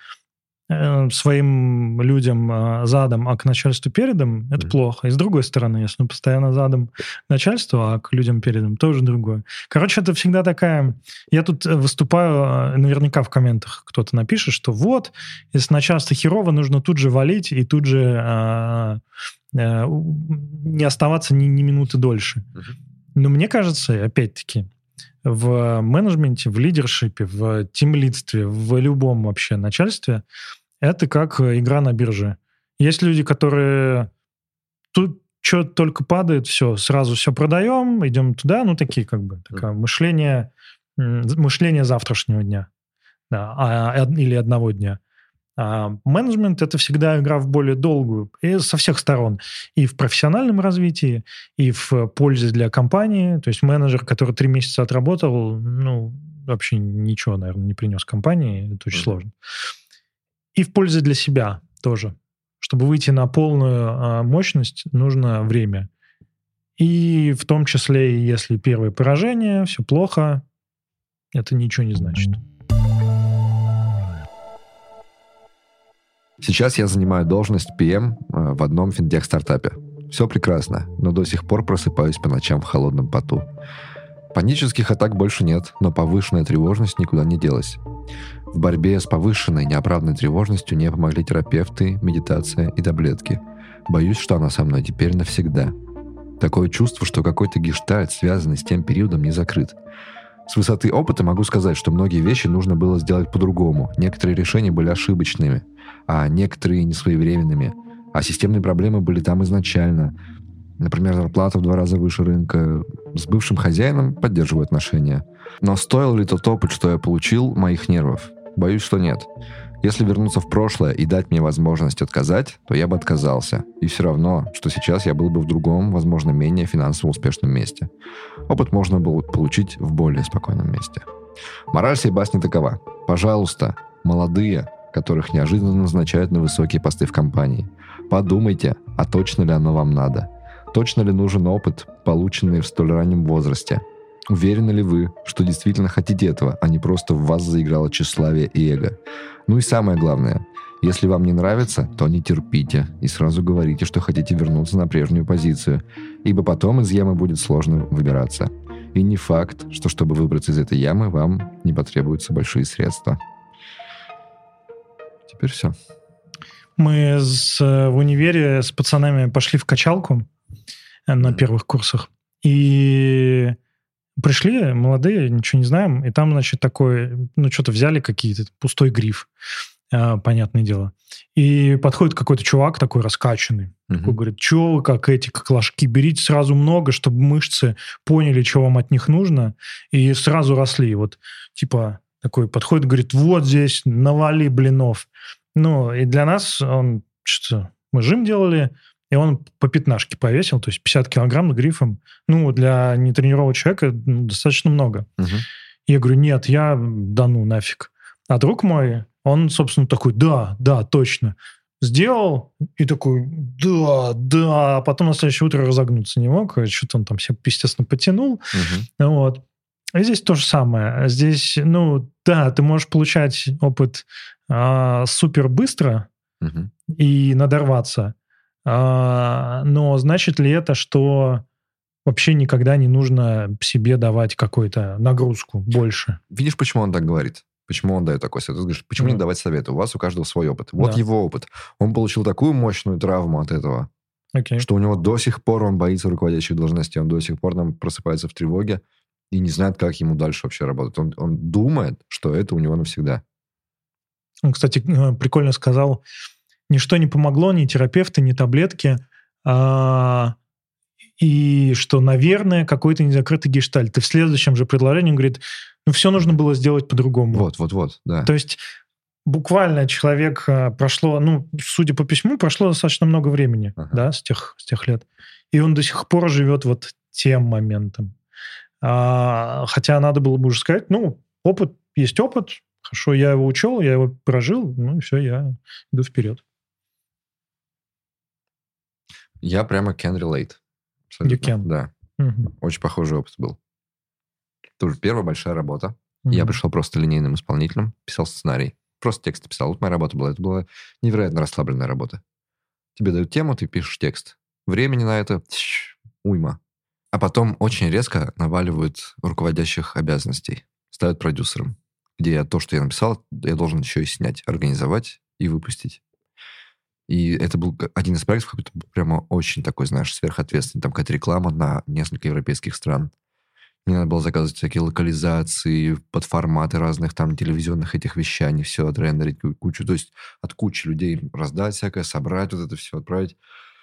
своим людям задом, а к начальству передом, это mm. плохо. И с другой стороны, если он постоянно задом к начальству, а к людям передом, тоже другое. Короче, это всегда такая... Я тут выступаю, наверняка в комментах кто-то напишет, что вот, если начальство херово, нужно тут же валить и тут же а, а, не оставаться ни, ни минуты дольше. Mm-hmm. Но мне кажется, опять-таки, в менеджменте, в лидершипе, в тимлидстве, в любом вообще начальстве это как игра на бирже. Есть люди, которые тут что только падает, все, сразу все продаем, идем туда, ну, такие как бы, такое мышление, мышление завтрашнего дня, да, а, или одного дня. А менеджмент — это всегда игра в более долгую, и со всех сторон. И в профессиональном развитии, и в пользе для компании. То есть менеджер, который три месяца отработал, ну, вообще ничего, наверное, не принес компании, это очень mm-hmm. сложно. И в пользу для себя тоже. Чтобы выйти на полную а, мощность, нужно время. И в том числе, если первое поражение, все плохо, это ничего не значит. Сейчас я занимаю должность пи эм в одном финтех-стартапе. Все прекрасно, но до сих пор просыпаюсь по ночам в холодном поту. Панических атак больше нет, но повышенная тревожность никуда не делась. В борьбе с повышенной неоправданной тревожностью мне помогли терапевты, медитация и таблетки. Боюсь, что она со мной теперь навсегда. Такое чувство, что какой-то гештальт, связанный с тем периодом, не закрыт. С высоты опыта могу сказать, что многие вещи нужно было сделать по-другому. Некоторые решения были ошибочными, а некоторые несвоевременными. А системные проблемы были там изначально. Например, зарплата в два раза выше рынка. С бывшим хозяином поддерживаю отношения. Но стоил ли тот опыт, что я получил, моих нервов? Боюсь, что нет. Если вернуться в прошлое и дать мне возможность отказать, то я бы отказался. И все равно, что сейчас я был бы в другом, возможно, менее финансово успешном месте. Опыт можно было получить в более спокойном месте. Мораль сей басни такова. Пожалуйста, молодые, которых неожиданно назначают на высокие посты в компании, подумайте, а точно ли оно вам надо? Точно ли нужен опыт, полученный в столь раннем возрасте? Уверены ли вы, что действительно хотите этого, а не просто в вас заиграло тщеславие и эго? Ну и самое главное, если вам не нравится, то не терпите и сразу говорите, что хотите вернуться на прежнюю позицию, ибо потом из ямы будет сложно выбираться. И не факт, что чтобы выбраться из этой ямы, вам не потребуются большие средства. Теперь все. Мы с, в универе с пацанами пошли в качалку на первых курсах. И пришли молодые, ничего не знаем, и там, значит, такой, ну, что-то взяли какие-то, пустой гриф, э, понятное дело. И подходит какой-то чувак такой раскачанный, uh-huh. такой говорит, что вы, как эти, как ложки, берите сразу много, чтобы мышцы поняли, что вам от них нужно, и сразу росли. Вот, типа, такой подходит, говорит, вот здесь навали блинов. Ну, и для нас он, что, мы жим делали, и он по пятнашке повесил, то есть пятьдесят килограмм с грифом. Ну, для нетренированного человека ну, достаточно много. Угу. Я говорю, нет, я да ну нафиг. А друг мой, он, собственно, такой, да, да, точно. сделал, и такой, да, да, а потом на следующее утро разогнуться не мог, что-то он там себя, естественно, потянул. Угу. Вот. И здесь то же самое. Здесь, ну, да, ты можешь получать опыт а, супер быстро угу. и надорваться, а, но значит ли это, что вообще никогда не нужно себе давать какую-то нагрузку больше? Видишь, почему он так говорит? Почему он дает такой совет? Ты говоришь, почему mm. не давать советы? У вас у каждого свой опыт. Вот да. его опыт. Он получил такую мощную травму от этого, okay. что у него до сих пор он боится руководящих должностей, он до сих пор там просыпается в тревоге и не знает, как ему дальше вообще работать. Он, он думает, что это у него навсегда. Он, кстати, прикольно сказал, ничто не помогло, ни терапевты, ни таблетки, а... и что, наверное, какой-то незакрытый гештальт. И в следующем же предложении он говорит, ну, все нужно было сделать по-другому. Вот, вот, вот, да. То есть буквально человек прошло, ну, судя по письму, прошло достаточно много времени, ага. да, с тех, с тех лет. И он до сих пор живет вот тем моментом. А, хотя надо было бы уже сказать, ну, опыт есть опыт, хорошо, я его учел, я его прожил, ну, и все, я иду вперед. Я прямо can relate. Абсолютно. Да. Угу. Очень похожий опыт был. Тоже первая большая работа. Угу. Я пришел просто линейным исполнителем, писал сценарий. Просто текст писал. Вот моя работа была. Это была невероятно расслабленная работа. Тебе дают тему, ты пишешь текст. Времени на это уйма. А потом очень резко наваливают руководящих обязанностей. Ставят продюсером. Где я то, что я написал, я должен еще и снять, организовать и выпустить. И это был один из проектов, какой-то прямо очень такой, знаешь, сверхответственный. Там какая-то реклама на несколько европейских стран. Мне надо было заказывать всякие локализации под форматы разных там телевизионных этих вещаний, все отрендерить, кучу. То есть от кучи людей раздать всякое, собрать вот это все, отправить.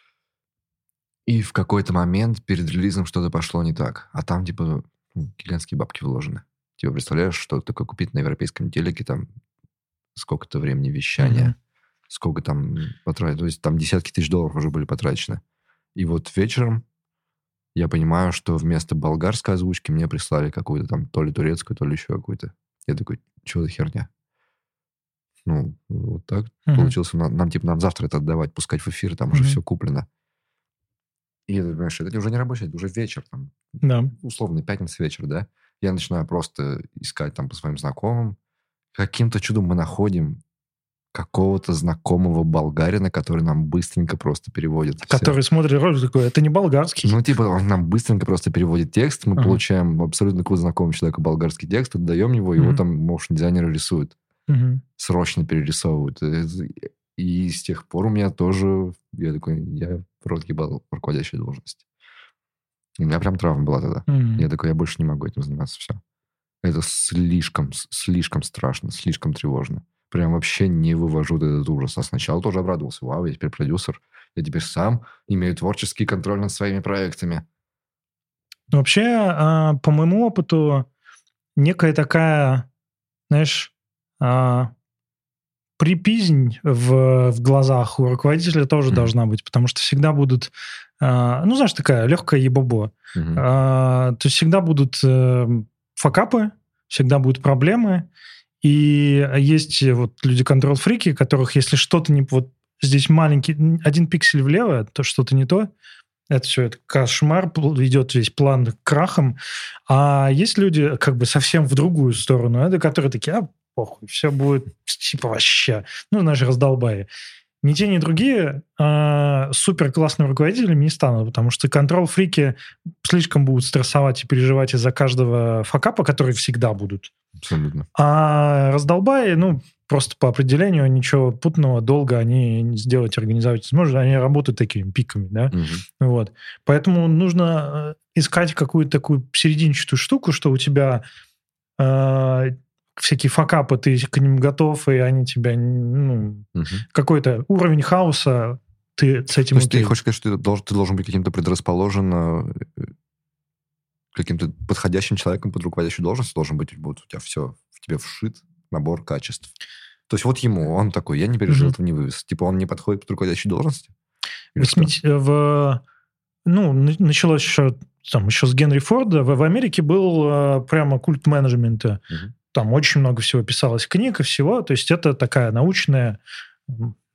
И в какой-то момент перед релизом что-то пошло не так. А там, типа, ну, гигантские бабки вложены. Типа, представляешь, что такое купить на европейском телеке, там, сколько-то времени вещания. Mm-hmm. Сколько там потратить. То есть там десятки тысяч долларов уже были потрачены. И вот вечером я понимаю, что вместо болгарской озвучки мне прислали какую-то там то ли турецкую, то ли еще какую-то. Я такой, что за херня? Ну, вот так uh-huh. получилось. Нам, нам, типа, нам завтра это отдавать, пускать в эфир, там uh-huh. уже все куплено. И я думаю, что это уже не рабочий, это уже вечер, там, да. условно, пятница вечер, да? Я начинаю просто искать там по своим знакомым. Каким-то чудом мы находим какого-то знакомого болгарина, который нам быстренько просто переводит. Который все. Смотрит ролик такой, это не болгарский. Ну, типа, он нам быстренько просто переводит текст, мы ага. получаем абсолютно какого-то знакомого человека болгарский текст, отдаем его, его угу. там моушн-дизайнеры рисуют. Угу. Срочно перерисовывают. И с тех пор у меня тоже, я такой, я в рот ебал руководящей должности. У меня прям травма была тогда. Угу. Я такой, я больше не могу этим заниматься, все. Это слишком, слишком страшно, слишком тревожно. Прям вообще не вывожу этот ужас. А сначала тоже обрадовался. Вау, я теперь продюсер. Я теперь сам имею творческий контроль над своими проектами. Вообще, по моему опыту, некая такая, знаешь, припизнь в, в глазах у руководителя тоже mm-hmm. должна быть, потому что всегда будут, ну, знаешь, такая легкая ебобо. Mm-hmm. То есть всегда будут факапы, всегда будут проблемы. И есть вот люди контрол-фрики, которых, если что-то не... Вот здесь маленький... Один пиксель влево, то что-то не то. Это все, это кошмар, идет весь план к крахам. А есть люди как бы совсем в другую сторону, это которые такие, а, похуй, все будет типа вообще. Ну, знаешь, раздолбаи. Ни те, ни другие а, супер классными руководителями не станут, потому что контрол-фрики слишком будут стрессовать и переживать из-за каждого факапа, которые всегда будут. Абсолютно. А раздолбаи, ну, просто по определению ничего путного долго они сделать, организовать не смогут. Они работают такими пиками, да? Угу. Вот. Поэтому нужно искать какую-то такую серединчатую штуку, что у тебя э, всякие факапы, ты к ним готов, и они тебя, ну, угу. какой-то уровень хаоса ты с этим... То есть ты хочешь сказать, что ты должен, ты должен быть каким-то предрасположен... каким-то подходящим человеком под руководящую должность должен быть, вот у тебя все, в тебе вшит набор качеств. То есть вот ему, он такой, я не пережил, mm-hmm. этого не вывез. Типа он не подходит под руководящей должности? восьмидесятых в, ну, началось еще, там, еще с Генри Форда. В, в Америке был э, прямо культ менеджмента. Mm-hmm. Там очень много всего писалось, книг и всего. То есть это такая научная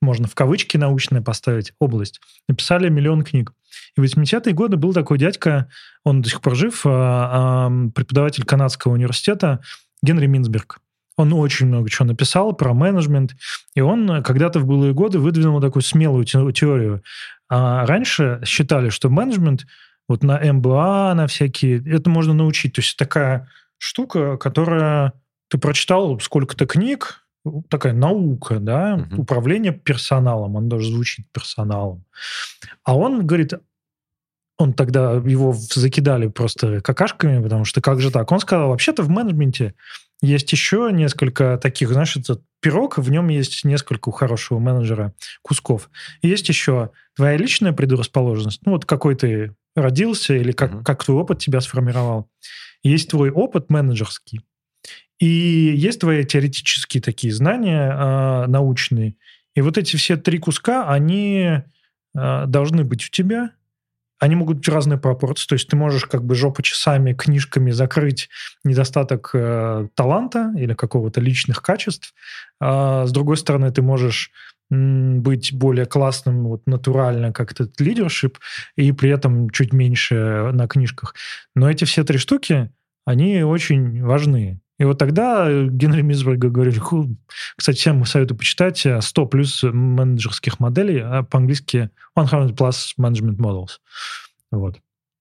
можно в кавычки научное поставить, область, написали миллион книг. И в восьмидесятые годы был такой дядька, он до сих пор жив, преподаватель канадского университета Генри Минцберг. Он очень много чего написал про менеджмент, и он когда-то в былые годы выдвинул такую смелую теорию. А раньше считали, что менеджмент вот на эм бэ а, на всякие, это можно научить. То есть такая штука, которая... Ты прочитал сколько-то книг, такая наука, да, uh-huh. управление персоналом, он даже звучит персоналом. А он говорит, он тогда, его закидали просто какашками, потому что как же так? Он сказал, вообще-то в менеджменте есть еще несколько таких, знаешь, это пирог, в нем есть несколько у хорошего менеджера кусков. И есть еще твоя личная предрасположенность, ну вот какой ты родился или как, uh-huh. как твой опыт тебя сформировал. Есть твой опыт менеджерский. И есть твои теоретические такие знания э, научные. И вот эти все три куска, они э, должны быть у тебя. Они могут быть разной пропорции. То есть ты можешь как бы жопочасами, книжками закрыть недостаток э, таланта или какого-то личных качеств. А с другой стороны, ты можешь м, быть более классным, вот, натурально, как этот лидершип, и при этом чуть меньше на книжках. Но эти все три штуки, они очень важны. И вот тогда Генри Минцберга говорили, кстати, всем советую почитать сто плюс менеджерских моделей, а по-английски сто plus management models. Вот.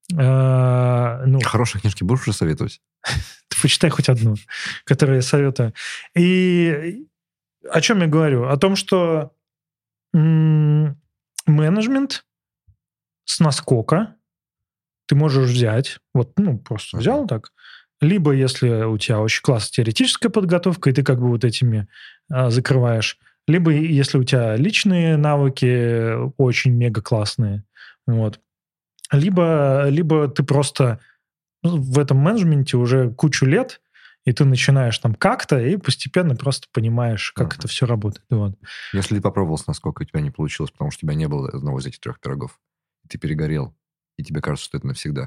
А, ну, хорошие книжки будешь уже советовать? Ты почитай хоть одну, которую я советую. И о чем я говорю? О том, что м- менеджмент с наскока ты можешь взять, вот, ну, просто uh-huh. взял так, либо если у тебя очень классная теоретическая подготовка, и ты как бы вот этими а, закрываешь, либо если у тебя личные навыки очень мега классные, вот, либо, либо ты просто в этом менеджменте уже кучу лет, и ты начинаешь там как-то, и постепенно просто понимаешь, как uh-huh. это все работает. Вот. Если ты попробовал, насколько у тебя не получилось, потому что у тебя не было одного из этих трех пирогов, ты перегорел, и тебе кажется, что это навсегда,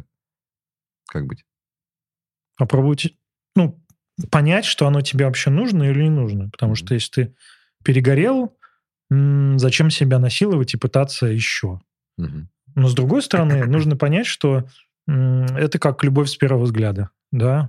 как быть? Попробуйте, ну, понять, что оно тебе вообще нужно или не нужно. Потому mm-hmm. что если ты перегорел, м- зачем себя насиловать и пытаться еще? Mm-hmm. Но с другой стороны, нужно понять, что м- это как любовь с первого взгляда. Да?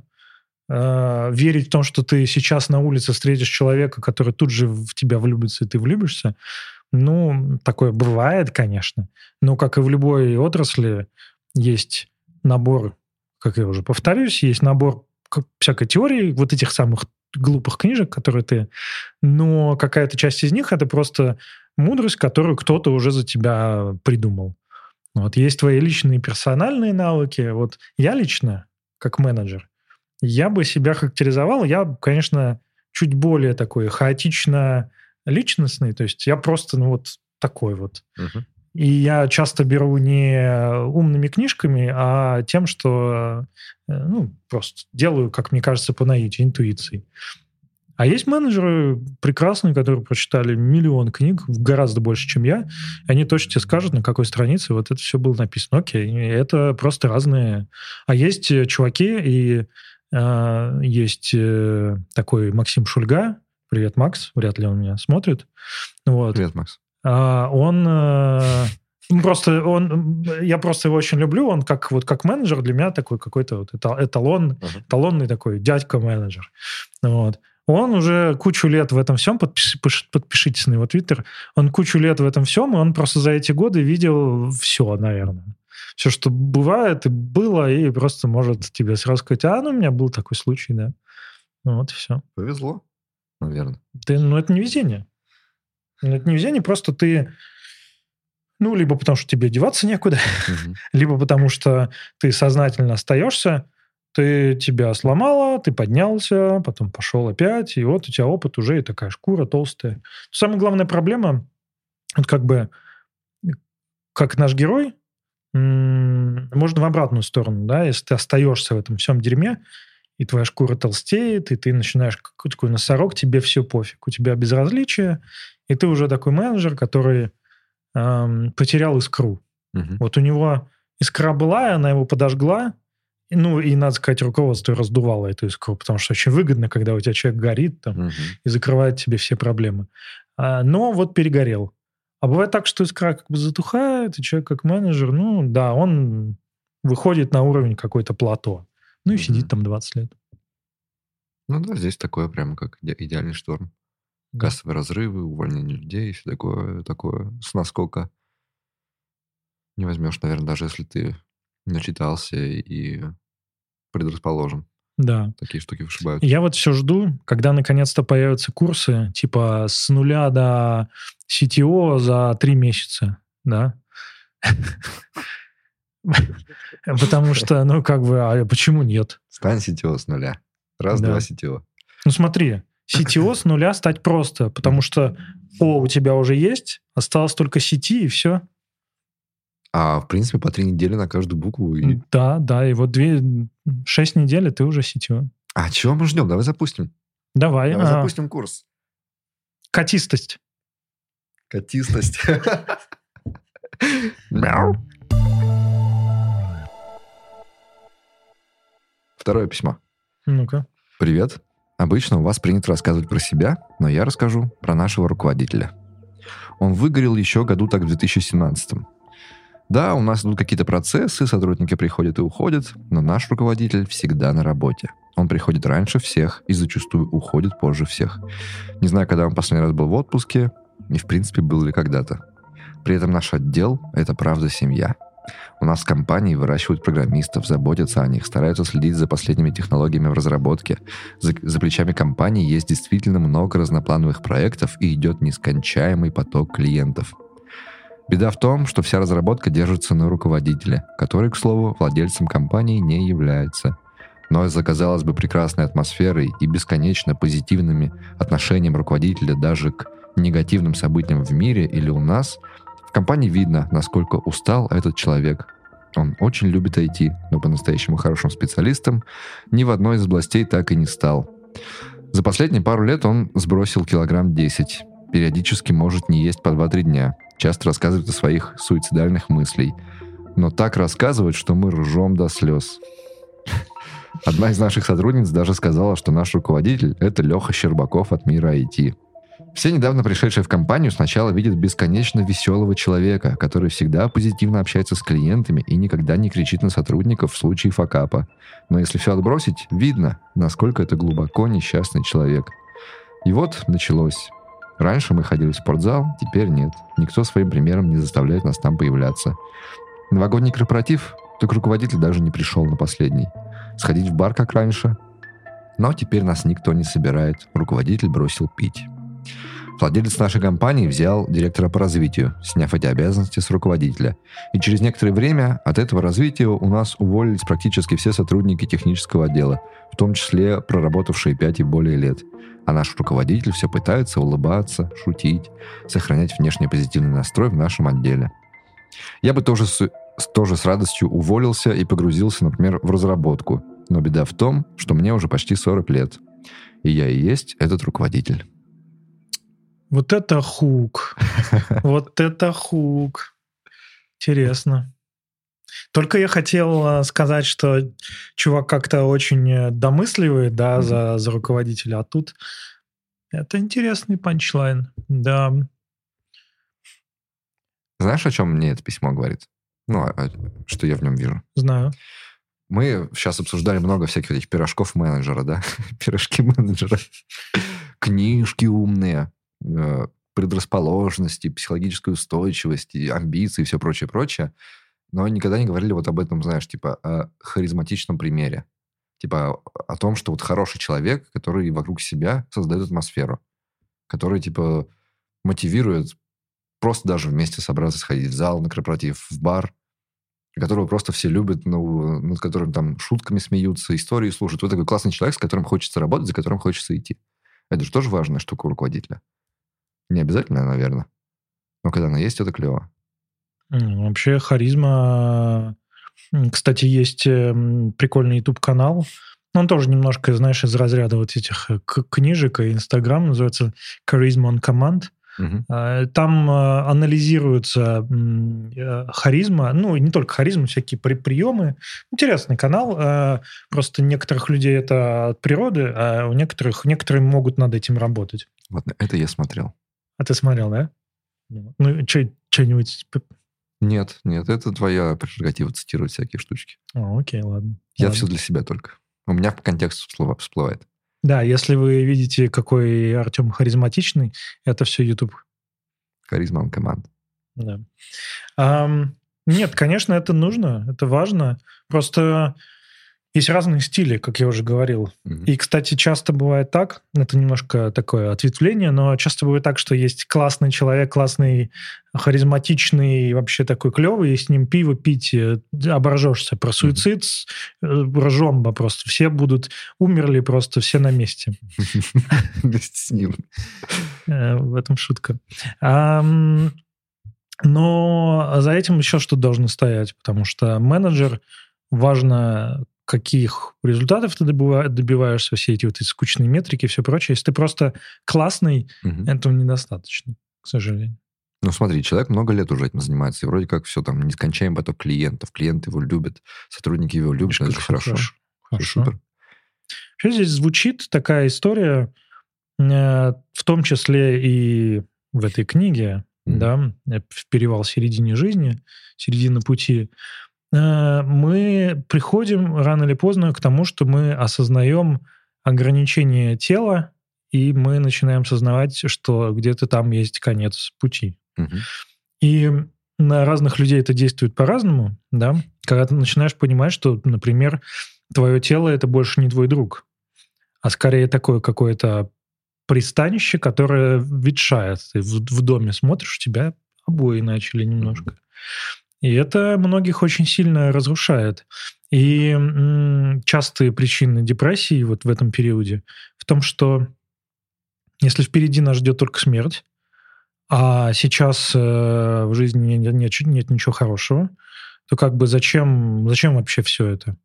Э- верить в том, что ты сейчас на улице встретишь человека, который тут же в тебя влюбится, и ты влюбишься, ну, такое бывает, конечно. Но, как и в любой отрасли, есть набор, как я уже повторюсь, есть набор всякой теории, вот этих самых глупых книжек, которые ты... Но какая-то часть из них — это просто мудрость, которую кто-то уже за тебя придумал. Вот есть твои личные персональные навыки. Вот я лично, как менеджер, я бы себя характеризовал, я, конечно, чуть более такой хаотично личностный, то есть я просто, ну, вот такой вот. Uh-huh. И я часто беру не умными книжками, а тем, что, ну, просто делаю, как мне кажется, по наитию, интуиции. А есть менеджеры прекрасные, которые прочитали миллион книг, гораздо больше, чем я, и они точно тебе скажут, на какой странице вот это все было написано. Окей, это просто разные. А есть чуваки, и э, есть э, такой Максим Шульга. Привет, Макс. Вряд ли он меня смотрит. Вот. Привет, Макс. Он просто, он, я просто его очень люблю, он как, вот, как менеджер для меня такой какой-то вот эталон, uh-huh. эталонный такой дядька-менеджер. Вот. Он уже кучу лет в этом всем, подпиш, подпишитесь на его твиттер, он кучу лет в этом всем, и он просто за эти годы видел все, наверное. Все, что бывает и было, и просто может тебе сразу сказать, а, ну, у меня был такой случай, да. Ну, вот и все. Повезло, наверное. Ты, ну, это не везение. Это не везение, просто ты, ну, либо потому что тебе деваться некуда, угу. либо потому что ты сознательно остаешься, ты тебя сломала, ты поднялся, потом пошел опять, и вот у тебя опыт уже и такая шкура толстая. Самая главная проблема, вот как бы, как наш герой, м- можно в обратную сторону, да, если ты остаешься в этом всем дерьме, и твоя шкура толстеет, и ты начинаешь какой-то такой носорог, тебе все пофиг, у тебя безразличие, и ты уже такой менеджер, который эм, потерял искру. Uh-huh. Вот у него искра была, и она его подожгла, и, ну, и, надо сказать, руководство раздувало эту искру, потому что очень выгодно, когда у тебя человек горит там, uh-huh. и закрывает тебе все проблемы. но вот перегорел. А бывает так, что искра как бы затухает, и человек как менеджер, ну да, он выходит на уровень какой-то плато. Ну и mm-hmm. сидит там двадцать лет. Ну да, здесь такое прямо как иде- идеальный шторм. Да. Кассовые разрывы, увольнение людей, все такое, такое с наскока. Не возьмешь, наверное, даже если ты начитался и предрасположен. Да. Такие штуки вышибают. Я вот все жду, когда наконец-то появятся курсы типа с нуля до си ти о за три месяца, да? Потому что, ну, как бы, а почему нет? Стань си ти о с нуля. Раз-два си ти о. Ну, смотри, си ти о с нуля стать просто, потому что О у тебя уже есть, осталось только сети, и все. А, в принципе, по три недели на каждую букву. И... Да, да, и вот две, шесть недель, и ты уже си ти о. А чего мы ждем? Давай запустим. Давай. Давай а... запустим курс. Катистость. Катистость. Мяу. Второе письмо. Ну-ка. Привет. Обычно у вас принято рассказывать про себя, но я расскажу про нашего руководителя. Он выгорел еще году так в две тысячи семнадцатом. Да, у нас идут какие-то процессы, сотрудники приходят и уходят, но наш руководитель всегда на работе. Он приходит раньше всех и зачастую уходит позже всех. Не знаю, когда он последний раз был в отпуске, и в принципе был ли когда-то. При этом наш отдел — это правда семья. У нас в компании выращивают программистов, заботятся о них, стараются следить за последними технологиями в разработке. За, за плечами компании есть действительно много разноплановых проектов и идет нескончаемый поток клиентов. Беда в том, что вся разработка держится на руководителе, который, к слову, владельцем компании не является. Но из-за, казалось бы, прекрасной атмосферы и бесконечно позитивными отношениями руководителя даже к негативным событиям в мире или у нас, в компании видно, насколько устал этот человек. Он очень любит ай ти, но по-настоящему хорошим специалистом ни в одной из областей так и не стал. За последние пару лет он сбросил килограмм десять. Периодически может не есть по два-три дня. Часто рассказывает о своих суицидальных мыслях. Но так рассказывает, что мы ржем до слез. Одна из наших сотрудниц даже сказала, что наш руководитель — это Леха Щербаков от мира ай ти. Все недавно пришедшие в компанию сначала видят бесконечно веселого человека, который всегда позитивно общается с клиентами и никогда не кричит на сотрудников в случае факапа. Но если все отбросить, видно, насколько это глубоко несчастный человек. И вот началось. Раньше мы ходили в спортзал, теперь нет. Никто своим примером не заставляет нас там появляться. Новогодний корпоратив, так руководитель даже не пришел на последний. Сходить в бар, как раньше. Но теперь нас никто не собирает. Руководитель бросил пить. Владелец нашей компании взял директора по развитию, сняв эти обязанности с руководителя. И через некоторое время от этого развития у нас уволились практически все сотрудники технического отдела, в том числе проработавшие пять и более лет. А наш руководитель все пытается улыбаться, шутить, сохранять внешне позитивный настрой в нашем отделе. Я бы тоже с, тоже с радостью уволился и погрузился, например, в разработку. Но беда в том, что мне уже почти сорок лет. И я и есть этот руководитель. Вот это хук. Вот это хук. Интересно. Только я хотел сказать, что чувак как-то очень домысливает, да, mm-hmm. за, за руководителя, а тут это интересный панчлайн, да. Знаешь, о чем мне это письмо говорит? Ну, что я в нем вижу? Знаю. Мы сейчас обсуждали много всяких этих пирожков менеджера, да? Пирожки менеджера. Книжки умные, предрасположенности, психологической устойчивости, амбиции и все прочее-прочее. Но никогда не говорили вот об этом, знаешь, типа о харизматичном примере. Типа о том, что вот хороший человек, который вокруг себя создает атмосферу, который, типа, мотивирует просто даже вместе собраться, сходить в зал, на корпоратив, в бар, которого просто все любят, ну, над которым там шутками смеются, истории слушают. Вот такой классный человек, с которым хочется работать, за которым хочется идти. Это же тоже важная штука у руководителя. Не обязательно, наверное. Но когда она есть, это клево. Вообще харизма... Кстати, есть прикольный YouTube-канал. Он тоже немножко, знаешь, из разряда вот этих книжек и Инстаграм. Называется Charisma on Command. Uh-huh. Там анализируется харизма. Ну, и не только харизма, всякие приемы. Интересный канал. Просто некоторых людей это от природы, а у некоторых... Некоторые могут над этим работать. Вот это я смотрел. А ты смотрел, да? Ну, что-нибудь... Нет, нет, это твоя прерогатива цитировать всякие штучки. О, окей, ладно. Я ладно. все для себя только. У меня по контексту слова всплывает. Да, если вы видите, какой Артем харизматичный, это все YouTube. Харизма он команд. Да. Um, нет, конечно, это нужно, это важно. Просто есть разные стили, как я уже говорил. Mm-hmm. И, кстати, часто бывает так, это немножко такое ответвление, но часто бывает так, что есть классный человек, классный, харизматичный, вообще такой клевый, и с ним пиво пить, оборжешься. Про суицид mm-hmm. ржомба просто. Все будут, умерли просто, все на месте. Вместе с ним. В этом шутка. Но за этим еще что-то должно стоять, потому что менеджер, важно, каких результатов ты добиваешься, все эти вот эти скучные метрики и все прочее. Если ты просто классный, угу. этого недостаточно, к сожалению. Ну, смотри, человек много лет уже этим занимается, и вроде как все там, нескончаемый поток клиентов, клиенты его любят, сотрудники его любят, это же хорошо. Хорошо. хорошо. Супер. Вообще здесь звучит такая история, в том числе и в этой книге, mm-hmm. да, в «Перевал в середине жизни», «Середина пути», мы приходим рано или поздно к тому, что мы осознаем ограничение тела, и мы начинаем осознавать, что где-то там есть конец пути. Mm-hmm. И на разных людей это действует по-разному, да, когда ты начинаешь понимать, что, например, твое тело — это больше не твой друг, а скорее такое какое-то пристанище, которое ветшает. Ты в, в доме смотришь, у тебя обои начали немножко. И это многих очень сильно разрушает. И м, частые причины депрессии вот в этом периоде в том, что если впереди нас ждет только смерть, а сейчас э, в жизни нет, нет, нет ничего хорошего, то как бы зачем, зачем вообще все это?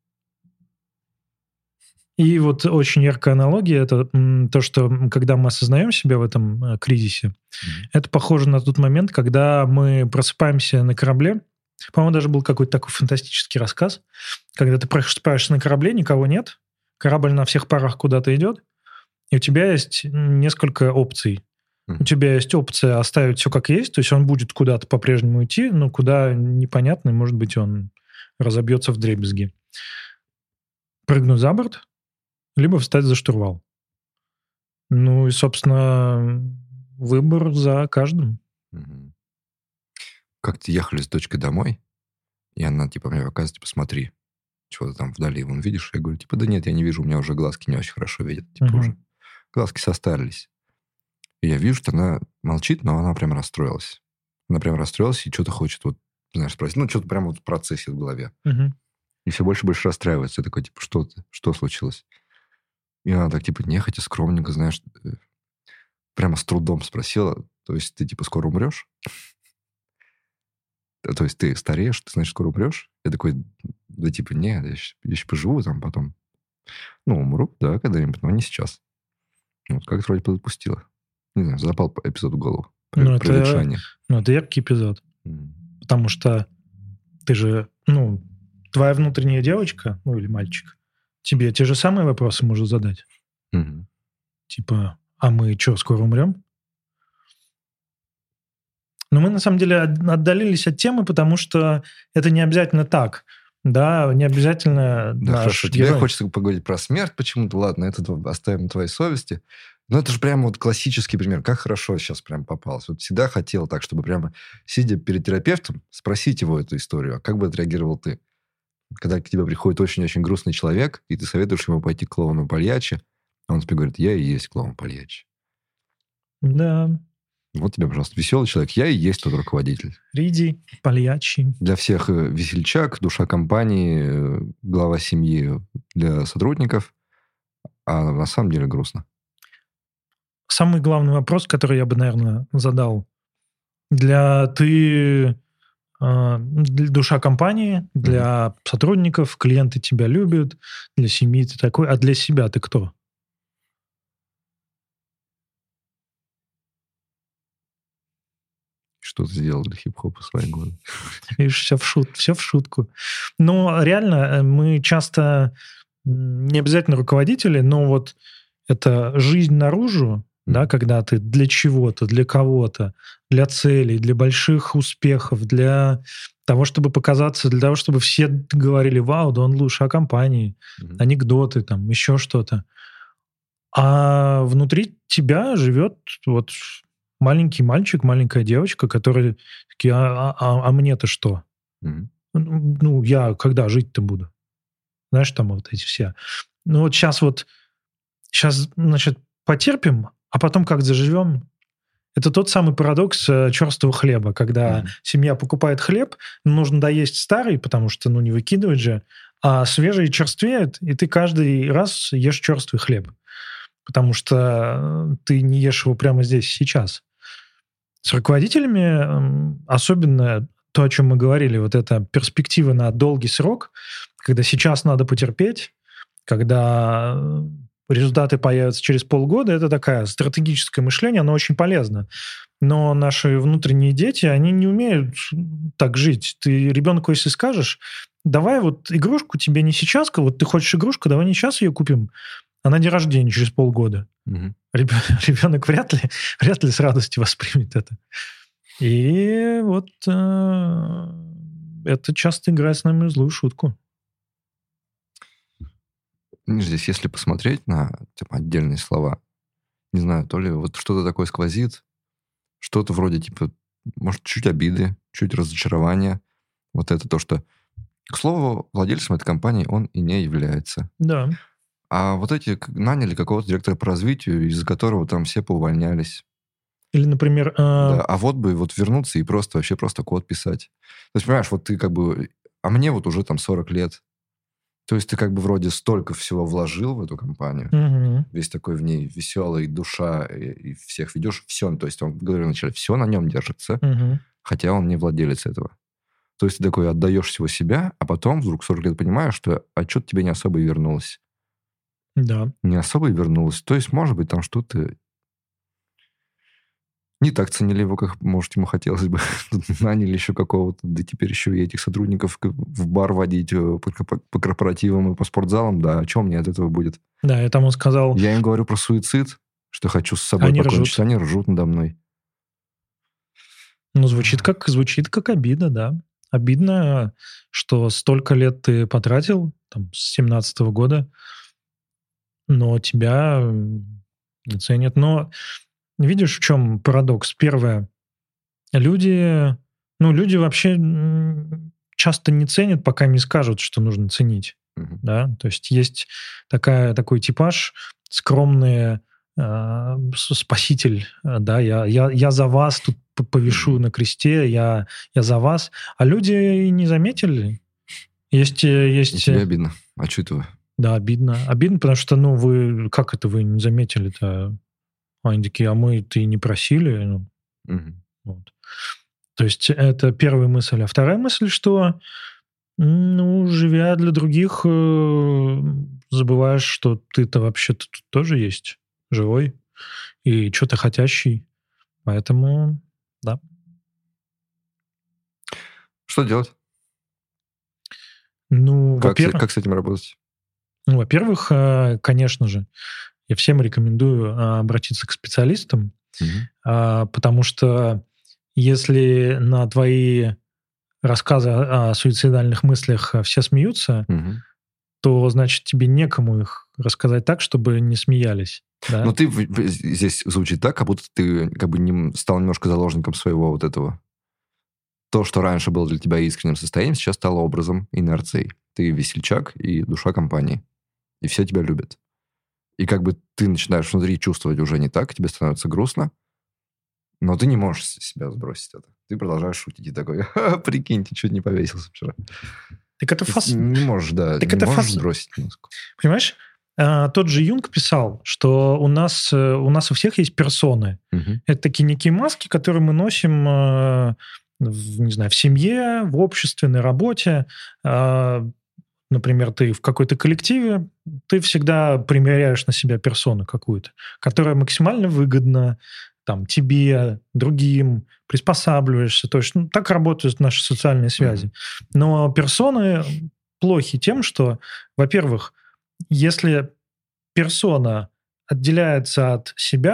И вот очень яркая аналогия — это то, что когда мы осознаем себя в этом кризисе, mm-hmm. это похоже на тот момент, когда мы просыпаемся на корабле. По-моему, даже был какой-то такой фантастический рассказ, когда ты просыпаешься на корабле, никого нет, корабль на всех парах куда-то идет, и у тебя есть несколько опций. Mm-hmm. У тебя есть опция оставить все как есть, то есть он будет куда-то по-прежнему идти, но куда непонятно, может быть, он разобьется вдребезги. Прыгнуть за борт, либо встать за штурвал. Ну и, собственно, выбор за каждым. Угу. Как-то ехали с дочкой домой, и она, типа, мне показывает, типа, смотри, чего-то там вдали, вон, видишь? Я говорю, типа, да нет, я не вижу, у меня уже глазки не очень хорошо видят. Типа, угу. уже глазки состарились. И я вижу, что она молчит, но она прям расстроилась. Она прям расстроилась и что-то хочет, вот, знаешь, спросить. Ну, что-то прям вот в процессе в голове. Угу. И все больше и больше расстраивается. Я такой, типа, что ты? Что случилось? И она так, типа, нехотя, скромненько, знаешь, прямо с трудом спросила, то есть ты, типа, скоро умрешь? То есть ты стареешь, ты, значит, скоро умрешь? Я такой, да, типа, нет, я еще, я еще поживу там потом. Ну, умру, да, когда-нибудь, но не сейчас. Вот как-то вроде подотпустила. Не знаю, запал эпизод в голову. Про, ну, про это, ну, это яркий эпизод. Mm. Потому что ты же, ну, твоя внутренняя девочка, ну, или мальчик, тебе те же самые вопросы может задать. Угу. Типа, а мы что, скоро умрем? Но мы, на самом деле, отдалились от темы, потому что это не обязательно так. Да, не обязательно да, наш хорошо. герой. Тебе хочется поговорить про смерть почему-то. Ладно, это оставим на твоей совести. Но это же прямо вот классический пример. Как хорошо сейчас прям попалось. Вот всегда хотел так, чтобы прямо, сидя перед терапевтом, спросить его эту историю. А как бы отреагировал ты? Когда к тебе приходит очень-очень грустный человек, и ты советуешь ему пойти к клоуну Пальячи, а он тебе говорит, я и есть клоун Пальячи. Да. Вот тебе, пожалуйста, веселый человек. Я и есть тот руководитель. Риди, Пальячи. Для всех весельчак, душа компании, глава семьи для сотрудников. А на самом деле грустно. Самый главный вопрос, который я бы, наверное, задал. Для ты... Для душа компании, для mm-hmm. сотрудников, клиенты тебя любят, для семьи ты такой, а для себя ты кто? Что ты сделал для хип-хопа в свои годы? Видишь, все в, шут, все в шутку. Но реально мы часто, не обязательно руководители, но вот эта жизнь наружу, да, когда ты для чего-то, для кого-то, для целей, для больших успехов, для того, чтобы показаться, для того, чтобы все говорили: вау, да он лучше о компании, mm-hmm. анекдоты, там, еще что-то. А внутри тебя живет вот маленький мальчик, маленькая девочка, которые такие: а, а, а мне-то что? Mm-hmm. Ну, я когда жить-то буду? Знаешь, там вот эти все. Ну, вот сейчас вот, сейчас, значит, потерпим, а потом как заживем? Это тот самый парадокс черствого хлеба, когда mm-hmm. семья покупает хлеб, нужно доесть старый, потому что, ну, не выкидывать же, а свежий черствеет, и ты каждый раз ешь черствый хлеб, потому что ты не ешь его прямо здесь, сейчас. С руководителями особенно то, о чем мы говорили, вот эта перспектива на долгий срок, когда сейчас надо потерпеть, когда результаты появятся через полгода, это такое стратегическое мышление, оно очень полезно. Но наши внутренние дети, они не умеют так жить. Ты ребенку, если скажешь: давай вот игрушку тебе не сейчас, вот ты хочешь игрушку, давай не сейчас ее купим, а на день рождения через полгода. Угу. Ребенок вряд ли, вряд ли с радостью воспримет это. И вот э, это часто играет с нами злую шутку. Здесь, если посмотреть на типа, отдельные слова, не знаю, то ли вот что-то такое сквозит, что-то вроде, типа, может, чуть обиды, чуть разочарования. Вот это то, что, к слову, владельцем этой компании он и не является. Да. А вот эти наняли какого-то директора по развитию, из-за которого там все поувольнялись. Или, например... Э... Да, а вот бы вот вернуться и просто вообще просто код писать. То есть, понимаешь, вот ты как бы... А мне вот уже там сорок лет. То есть ты как бы вроде столько всего вложил в эту компанию, угу. весь такой в ней веселый, душа, и, и всех ведешь, все. То есть он говорил вначале, все на нем держится, угу. хотя он не владелец этого. То есть ты такой отдаешь всего себя, а потом вдруг сорок лет понимаешь, что а что-то тебе не особо и вернулось. Да. Не особо и вернулось. То есть, может быть, там что-то... Не так ценили его, как, может, ему хотелось бы. Наняли еще какого-то, да теперь еще и этих сотрудников в бар водить по, по, по корпоративам и по спортзалам. Да, о чем мне от этого будет? Да, и там он сказал... Я им говорю про суицид, что хочу с собой они покончить. Ржут. Они ржут надо мной. Ну, звучит как, звучит как обида, да. Обидно, что столько лет ты потратил, там, с семнадцатого года, но тебя не ценят. Но... Видишь, в чем парадокс? Первое. Люди, ну, люди вообще часто не ценят, пока не скажут, что нужно ценить. Uh-huh. Да? То есть есть такая, такой типаж, скромный э, спаситель. Да? Я, я, я за вас тут повешу uh-huh. на кресте, я, я за вас. А люди и не заметили. Есть... есть... И тебе обидно. А что это вы? Да, обидно. Обидно, потому что, ну, вы... Как это вы не заметили-то? Они такие: а мы-то и не просили. Ну, угу. вот. То есть это первая мысль. А вторая мысль, что, ну, живя для других, забываешь, что ты-то вообще-то тут тоже есть, живой и что-то хотящий. Поэтому, да. Что делать? Ну, как, во-первых... Как с этим работать? Ну, во-первых, конечно же, я всем рекомендую обратиться к специалистам, угу. потому что если на твои рассказы о суицидальных мыслях все смеются, угу. то, значит, тебе некому их рассказать так, чтобы не смеялись. Да? Но ты здесь звучит так, как будто ты как бы не, стал немножко заложником своего вот этого. То, что раньше было для тебя искренним состоянием, сейчас стало образом, инерцией. Ты весельчак и душа компании. И все тебя любят. И как бы ты начинаешь внутри чувствовать уже не так, тебе становится грустно, но ты не можешь себя сбросить это. Ты продолжаешь шутить и такой: прикинь, ты чуть не повесился вчера. Так это фас... Не можешь, да, так не это можешь фас... сбросить музыку. Понимаешь, тот же Юнг писал, что у нас, у нас у всех есть персоны. Угу. Это такие некие маски, которые мы носим, в, не знаю, в семье, в обществе, на работе. Например, ты в какой-то коллективе, ты всегда примеряешь на себя персону какую-то, которая максимально выгодна там, тебе, другим, приспосабливаешься. То есть ну, так работают наши социальные связи. Mm-hmm. Но персоны плохи тем, что, во-первых, если персона отделяется от себя,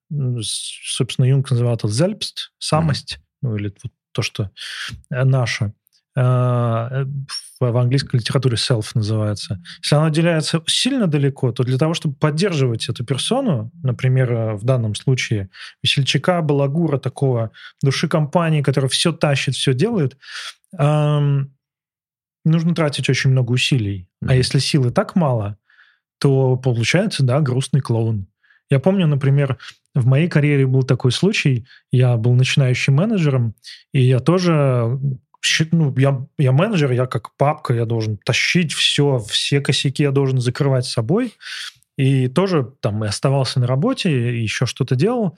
собственно, Юнг называл это «selbst», «самость», mm-hmm. ну, или вот то, что наше. В английской литературе self называется. Если она отделяется сильно далеко, то для того, чтобы поддерживать эту персону, например, в данном случае весельчака, балагура, такого души компании, который все тащит, все делает, эм, нужно тратить очень много усилий. Mm-hmm. А если силы так мало, то получается, да, грустный клоун. Я помню, например, в моей карьере был такой случай, я был начинающим менеджером, и я тоже... Ну, я, я менеджер, я как папка, я должен тащить все, все косяки я должен закрывать с собой. И тоже там и оставался на работе, и еще что-то делал.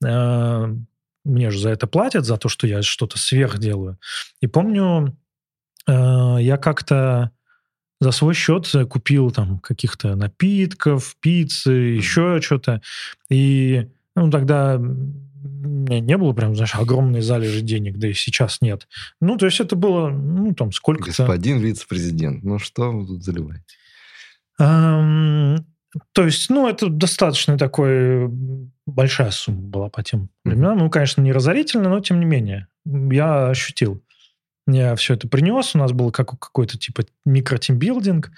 Мне же за это платят, за то, что я что-то сверх делаю. И помню, я как-то за свой счет купил там каких-то напитков, пиццы, еще что-то. И ну, тогда... не было прям, знаешь, огромной залежи денег, да и сейчас нет. Ну, то есть это было, ну, там, сколько-то... Господин вице-президент, ну, что вы тут заливаете? Um, то есть, ну, это достаточно такой большая сумма была по тем временам. Mm-hmm. Ну, конечно, не разорительно, но тем не менее. Я ощутил. Я все это принес, у нас был как, какой-то типа микро-тимбилдинг,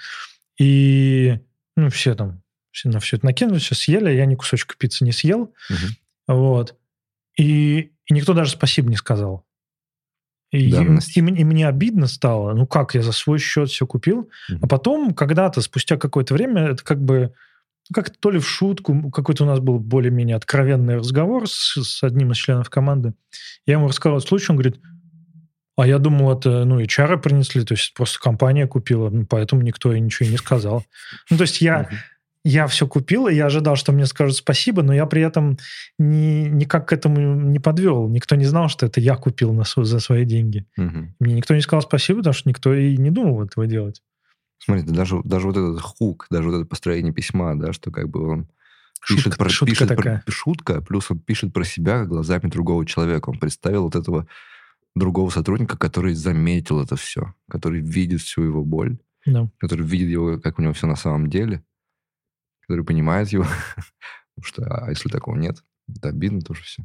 и ну, все там все на все это накинули, все съели, я ни кусочка пиццы не съел. Mm-hmm. Вот. И, и никто даже спасибо не сказал. И, да, и, и, и мне обидно стало. Ну как, я за свой счет все купил. Mm-hmm. А потом, когда-то, спустя какое-то время, это как бы, ну, как-то то ли в шутку, какой-то у нас был более-менее откровенный разговор с, с одним из членов команды. Я ему рассказал этот случай, он говорит, а я думал, это, ну, эйч ар принесли, то есть просто компания купила, ну, поэтому никто и ничего и не сказал. Ну, то есть я... Mm-hmm. Я все купил, и я ожидал, что мне скажут спасибо, но я при этом ни, никак к этому не подвел. Никто не знал, что это я купил на, за свои деньги. Угу. Мне никто не сказал спасибо, потому что никто и не думал этого делать. Смотрите, даже, даже вот этот хук, даже вот это построение письма, да, что как бы он шутка, пишет, про, шутка, пишет такая. Про, шутка, плюс он пишет про себя глазами другого человека. Он представил вот этого другого сотрудника, который заметил это все, который видит всю его боль, да. который видит его, как у него все на самом деле, который понимает его. Потому что, а если такого нет, это обидно тоже все.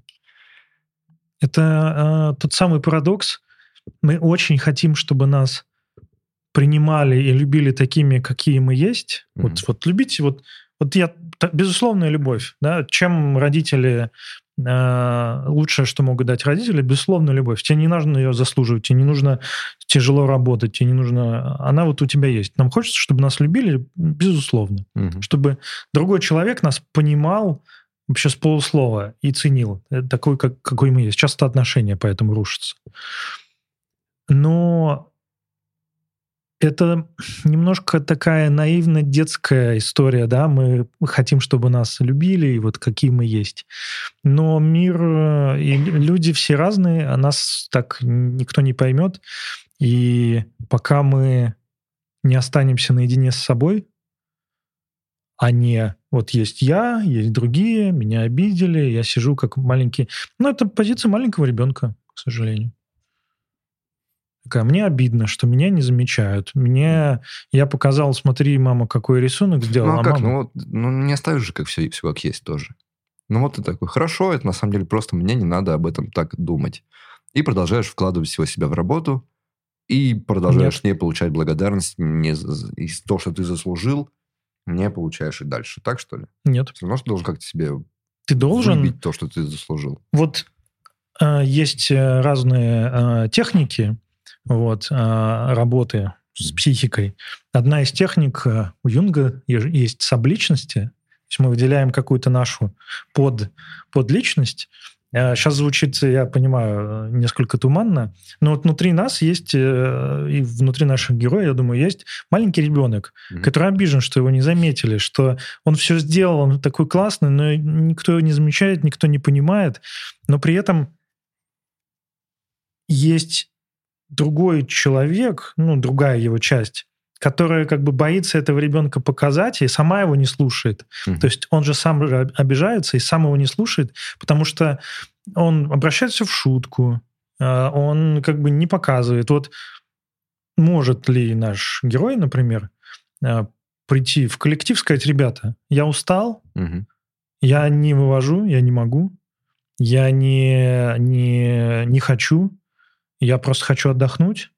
Это э, тот самый парадокс. Мы очень хотим, чтобы нас принимали и любили такими, какие мы есть. Mm-hmm. Вот, вот любите, вот, вот я, безусловная любовь. Да? Чем родители... Лучшее, что могут дать родители, безусловно, любовь. Тебе не нужно ее заслуживать, тебе не нужно тяжело работать, тебе не нужно... Она вот у тебя есть. Нам хочется, чтобы нас любили, безусловно. Угу. Чтобы другой человек нас понимал вообще с полуслова и ценил. Такой, как, какой мы есть. Часто отношения поэтому рушатся. Но это немножко такая наивно-детская история, да, мы хотим, чтобы нас любили, и вот какие мы есть. Но мир и люди все разные, а нас так никто не поймет. И пока мы не останемся наедине с собой, а не вот есть я, есть другие, меня обидели, я сижу как маленький... Ну, это позиция маленького ребенка, к сожалению. Мне обидно, что меня не замечают. Мне... Я показал, смотри, мама, какой рисунок сделала. Ну, а как? Мама... Ну, вот, ну, не оставишь же как все, все как есть тоже. Ну, вот ты такой, хорошо, это на самом деле просто мне не надо об этом так думать. И продолжаешь вкладывать всего себя в работу, и продолжаешь Нет. не получать благодарность, не... и то, что ты заслужил, не получаешь и дальше. Так, что ли? Нет. Все равно, что ты должен как-то себе ты должен... выбить то, что ты заслужил. Вот э, есть разные э, техники, Вот, работы с психикой. Одна из техник у Юнга есть сабличности. То есть мы выделяем какую-то нашу под, подличность. Сейчас звучит, я понимаю, несколько туманно, но вот внутри нас есть, и внутри наших героев, я думаю, есть маленький ребенок, mm-hmm. который обижен, что его не заметили, что он все сделал, он такой классный, но никто его не замечает, никто не понимает. Но при этом есть... другой человек, ну, другая его часть, которая как бы боится этого ребенка показать и сама его не слушает. Mm-hmm. То есть он же сам обижается и сам его не слушает, потому что он обращается в шутку, он как бы не показывает. Вот может ли наш герой, например, прийти в коллектив, сказать, ребята, я устал, mm-hmm. Я не вывожу, я не могу, я не, не, не хочу, я просто хочу отдохнуть.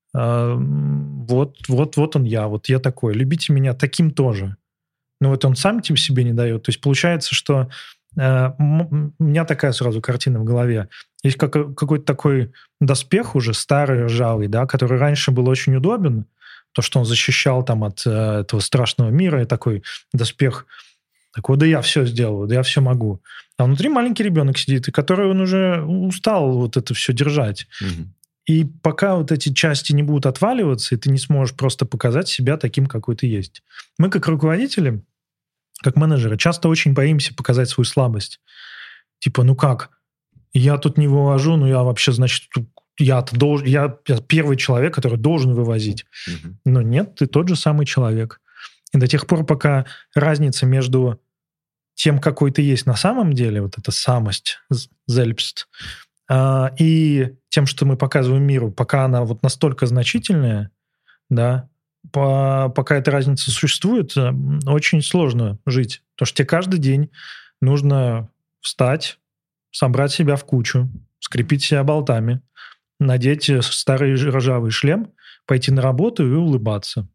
Вот, вот, вот он я, вот я такой. Любите меня таким тоже. Но вот он сам типа себе не дает. То есть получается, что э, у меня такая сразу картина в голове. Есть как, какой-то такой доспех уже старый, ржавый, да, который раньше был очень удобен, то, что он защищал там от э, этого страшного мира, и такой доспех такой, да я все сделаю, да я все могу. А внутри маленький ребенок сидит, и который он уже устал вот это все держать. Угу. И пока вот эти части не будут отваливаться, и ты не сможешь просто показать себя таким, какой ты есть. Мы, как руководители, как менеджеры, часто очень боимся показать свою слабость. Типа, ну как? Я тут не вывожу, но я вообще, значит, я-то должен, я, я первый человек, который должен вывозить. Угу. Но нет, ты тот же самый человек. И до тех пор, пока разница между тем, какой ты есть на самом деле, вот эта самость, selbst, и тем, что мы показываем миру, пока она вот настолько значительная, да, по, пока эта разница существует, очень сложно жить. Потому что тебе каждый день нужно встать, собрать себя в кучу, скрепить себя болтами, надеть старый ржавый шлем, пойти на работу и улыбаться.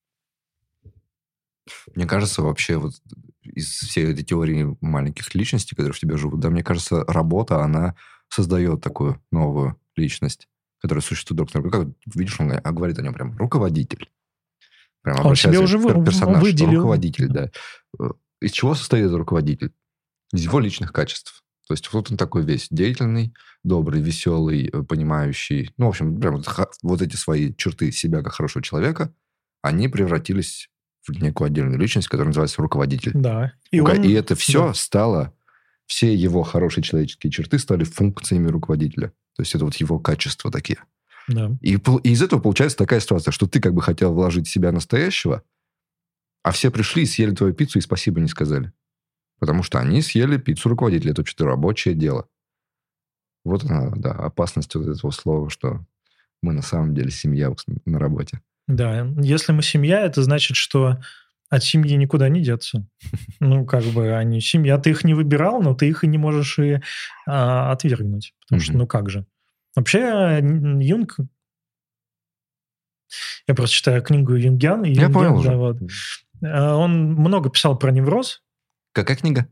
Мне кажется, вообще вот из всей этой теории маленьких личностей, которые в тебе живут, да, мне кажется, работа, она создает такую новую личность, которая существует друг на друга. Как, видишь, он а говорит о нем прям руководитель. Прям он себе уже пер- персонаж, выделил. руководитель, да. Из чего состоит этот руководитель? Из его личных качеств. То есть вот он такой весь деятельный, добрый, веселый, понимающий. Ну, в общем, прям вот, вот эти свои черты себя как хорошего человека, они превратились в некую отдельную личность, которая называется руководитель. Да. И, он... и это все да. стало... Все его хорошие человеческие черты стали функциями руководителя. То есть это вот его качества такие. Да. И, и из этого получается такая ситуация, что ты как бы хотел вложить в себя настоящего, а все пришли и съели твою пиццу и спасибо не сказали. Потому что они съели пиццу руководителя. Это вообще-то рабочее дело. Вот она, да, опасность вот этого слова, что мы на самом деле семья на работе. Да, если мы семья, это значит, что от семьи никуда не деться. Ну, как бы они семья, ты их не выбирал, но ты их и не можешь и а, отвергнуть. Потому mm-hmm. что, ну как же. Вообще, Юнг... Я просто читаю книгу Юнгян. Я Юнгян, понял да, уже. Вот. Он много писал про невроз. Какая книга?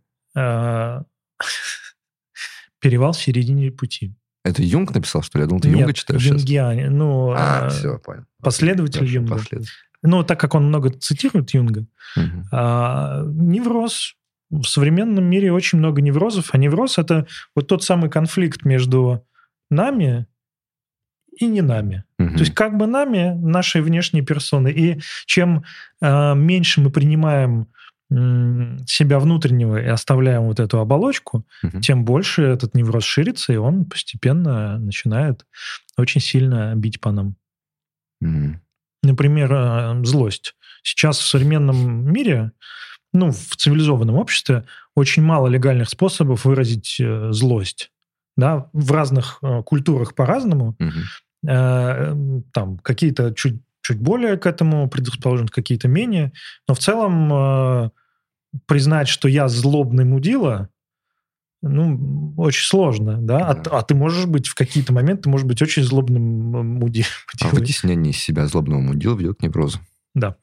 «Перевал в середине пути». Это Юнг написал, что ли? Я думал, ты Нет, Юнга читаешь Юнгиан, сейчас. Ну, а, а, все, понял. Последователь Хорошо, Юнга. Последователь. Ну, так как он много цитирует Юнга, угу. а, невроз. В современном мире очень много неврозов, а невроз – это вот тот самый конфликт между нами и не нами. Угу. То есть как бы нами, нашей внешней персоны. И чем а, меньше мы принимаем м, себя внутреннего и оставляем вот эту оболочку, угу. тем больше этот невроз ширится, и он постепенно начинает очень сильно бить по нам. Угу. Например, злость. Сейчас в современном мире, ну, в цивилизованном обществе, очень мало легальных способов выразить злость. Да? В разных культурах по-разному. Угу. Там какие-то чуть, чуть более к этому предрасположены, какие-то менее. Но в целом признать, что я злобный мудила, ну, очень сложно, да? да. А, а ты можешь быть в какие-то моменты, ты можешь быть очень злобным мудилой. А вытеснение из себя злобного мудила ведет к неврозу. Да.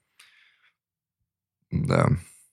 Да.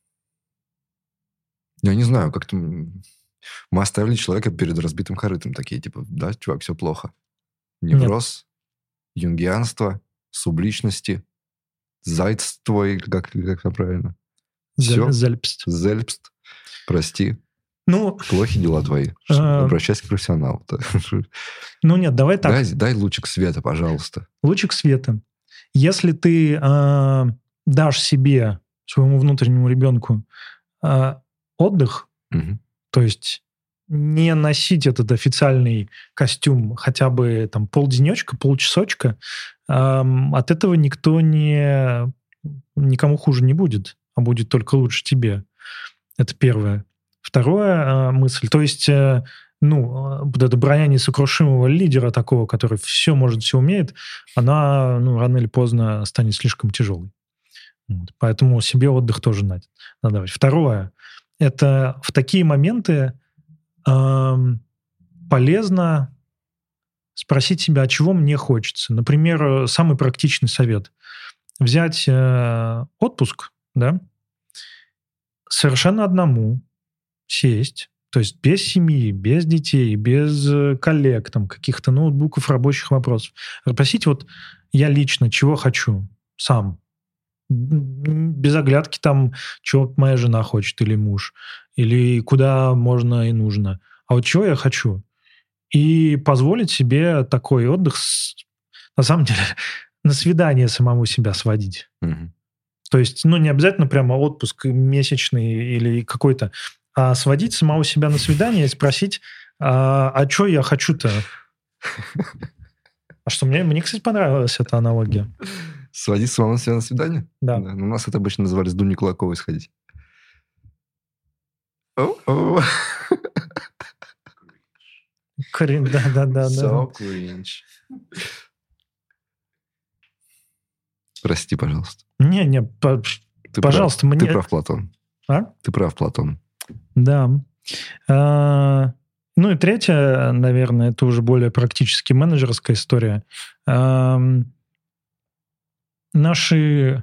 Я не знаю, как-то мы оставили человека перед разбитым корытом. Такие, типа, да, чувак, все плохо. Невроз, Нет. юнгианство, субличности, зайцство, как, как там правильно? Все. Зельпст. Зельпст. Прости. Ну, плохие дела твои. А... Обращайся к профессионалу. Ну нет, давай так. Дай, дай лучик света, пожалуйста. Лучик света. Если ты э, дашь себе, своему внутреннему ребенку, э, отдых, угу. то есть не носить этот официальный костюм хотя бы там полденечка, полчасочка, э, от этого никто не... никому хуже не будет, а будет только лучше тебе. Это первое. Вторая э, мысль, то есть, э, ну, вот эта броня несокрушимого лидера такого, который все может, все умеет, она, ну, рано или поздно станет слишком тяжелой. Вот. Поэтому себе отдых тоже надо, надо давать. Второе, это в такие моменты э, полезно спросить себя, а чего мне хочется. Например, самый практичный совет. Взять э, отпуск, да, совершенно одному сесть, то есть без семьи, без детей, без коллег, там, каких-то ноутбуков, рабочих вопросов. Спросить вот я лично чего хочу сам. Без оглядки там, чего моя жена хочет или муж, или куда можно и нужно. А вот чего я хочу? И позволить себе такой отдых, с, на самом деле, на свидание самому себя сводить. Угу. То есть, ну, не обязательно прямо отпуск месячный или какой-то, а сводить самого себя на свидание и спросить, а, а что я хочу-то? А что, мне, мне, кстати, понравилась эта аналогия. Сводить самого себя на свидание? Да. да. У нас это обычно называли с Дуней Кулаковой сходить. О-о. Крин, да-да-да. So cringe. Прости, пожалуйста. Не-не, по, ты пожалуйста, прав. мне... Ты прав, Платон. А? Ты прав, Платон. Да. А, ну и третье, наверное, это уже более практически менеджерская история. А, наши...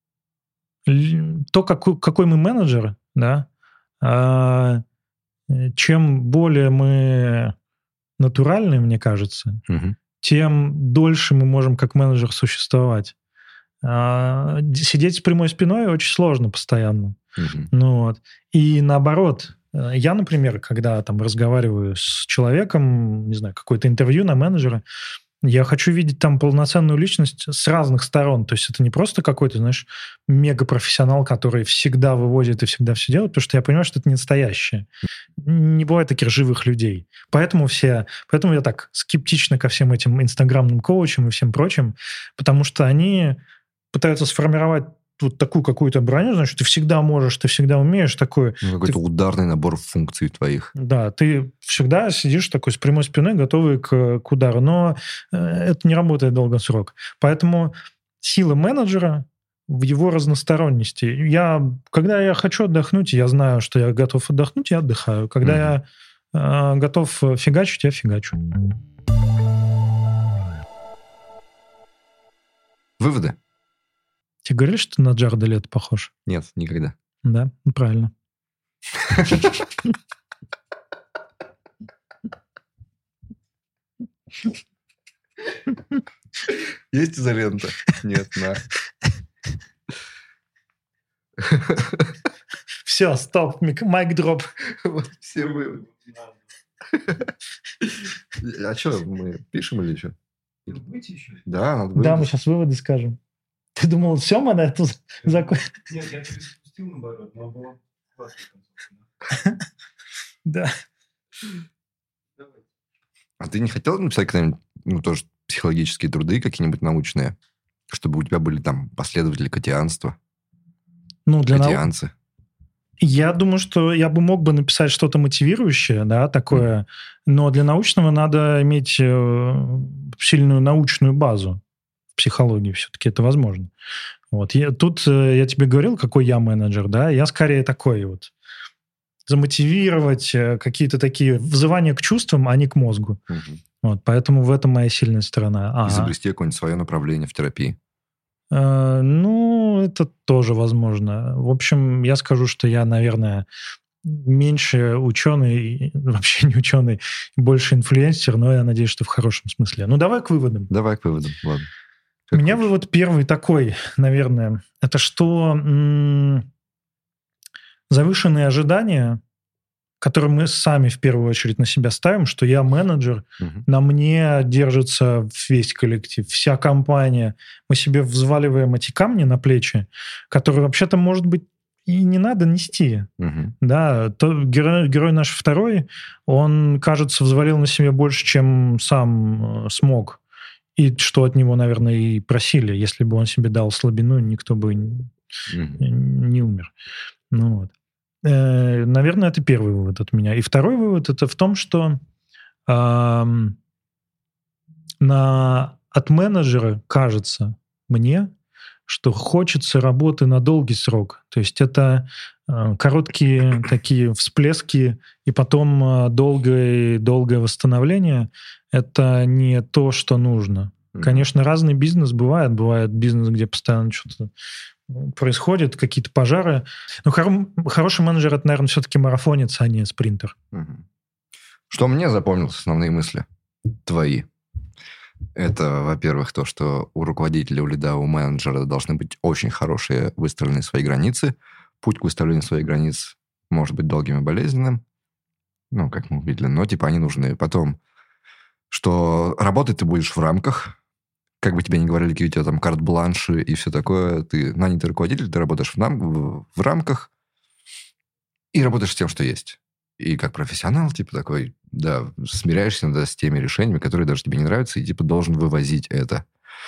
То, какой, какой мы менеджер, да, а, чем более мы натуральные, мне кажется, угу. тем дольше мы можем как менеджер существовать. А, сидеть с прямой спиной очень сложно постоянно. Угу. Ну, вот. И наоборот, я, например, когда там разговариваю с человеком, не знаю, какое-то интервью на менеджера, я хочу видеть там полноценную личность с разных сторон. То есть это не просто какой-то, знаешь, мегапрофессионал, который всегда вывозит и всегда все делает, потому что я понимаю, что это не настоящее. Не бывает таких живых людей. Поэтому все, поэтому я так скептично ко всем этим инстаграмным коучам и всем прочим, потому что они пытаются сформировать вот такую какую-то броню, значит, ты всегда можешь, ты всегда умеешь такое. Ну, какой-то ты... ударный набор функций твоих. Да, ты всегда сидишь такой с прямой спиной, готовый к, к удару. Но это не работает долгий срок. Поэтому сила менеджера в его разносторонности. Я, когда я хочу отдохнуть, я знаю, что я готов отдохнуть, я отдыхаю. Когда mm-hmm. я э, готов фигачить, я фигачу. Выводы? Тебе говорили, что ты на Джареда Лето похож? Нет, никогда. Да, ну, правильно. Есть изолента? Нет, на. Все, стоп, майк дроп. Вот все выводы. А что, мы пишем или что? Да, надо Да, мы сейчас выводы скажем. Ты думал, все, мы на эту закончим? Нет, я тебе спустил наоборот, но было классно. Да. А ты не хотел написать когда-нибудь, ну, тоже психологические труды какие-нибудь научные, чтобы у тебя были там последователи катианства? Ну, для Катианцы. Нау... Я думаю, что я бы мог бы написать что-то мотивирующее, да, такое, mm. но для научного надо иметь сильную научную базу. Психологии все-таки это возможно. Вот. Я, тут я тебе говорил, какой я менеджер, да, я скорее такой вот. Замотивировать, какие-то такие взывания к чувствам, а не к мозгу. Угу. Вот, поэтому в этом моя сильная сторона. Ага. Изобрести какое-нибудь свое направление в терапии. А, ну, это тоже возможно. В общем, я скажу, что я, наверное, меньше ученый, вообще не ученый, больше инфлюенсер, но я надеюсь, что в хорошем смысле. Ну, давай к выводам. Давай к выводам, ладно. У меня хочешь. Вывод первый такой, наверное, это что м- завышенные ожидания, которые мы сами в первую очередь на себя ставим, что я менеджер, угу. на мне держится весь коллектив, вся компания. Мы себе взваливаем эти камни на плечи, которые вообще-то, может быть, и не надо нести. Угу. Да, то герой, герой наш второй, он, кажется, взвалил на себя больше, чем сам смог. И что от него, наверное, и просили. Если бы он себе дал слабину, никто бы mm-hmm. не умер. Ну, вот. э, наверное, это первый вывод от меня. И второй вывод это в том, что э, на, от менеджера кажется мне, что хочется работы на долгий срок. То есть это короткие такие всплески и потом долгое, долгое восстановление — это не то, что нужно. Mm-hmm. Конечно, разный бизнес бывает. Бывает бизнес, где постоянно что-то происходит, какие-то пожары. Но хор- хороший менеджер — это, наверное, все-таки марафонец, а не спринтер. Mm-hmm. Что мне запомнилось, основные мысли твои? Это, во-первых, то, что у руководителя, у лида, у менеджера должны быть очень хорошие выстроенные свои границы. Путь к выставлению своих границ может быть долгим и болезненным. Ну, как мы увидели, но типа они нужны. Потом, что работать ты будешь в рамках. Как бы тебе ни говорили, какие у тебя там карт-бланши и все такое, ты нанятый руководитель, ты работаешь в, нам, в, в рамках и работаешь с тем, что есть. И как профессионал, типа такой, да, смиряешься да, с теми решениями, которые даже тебе не нравятся, и типа должен вывозить это.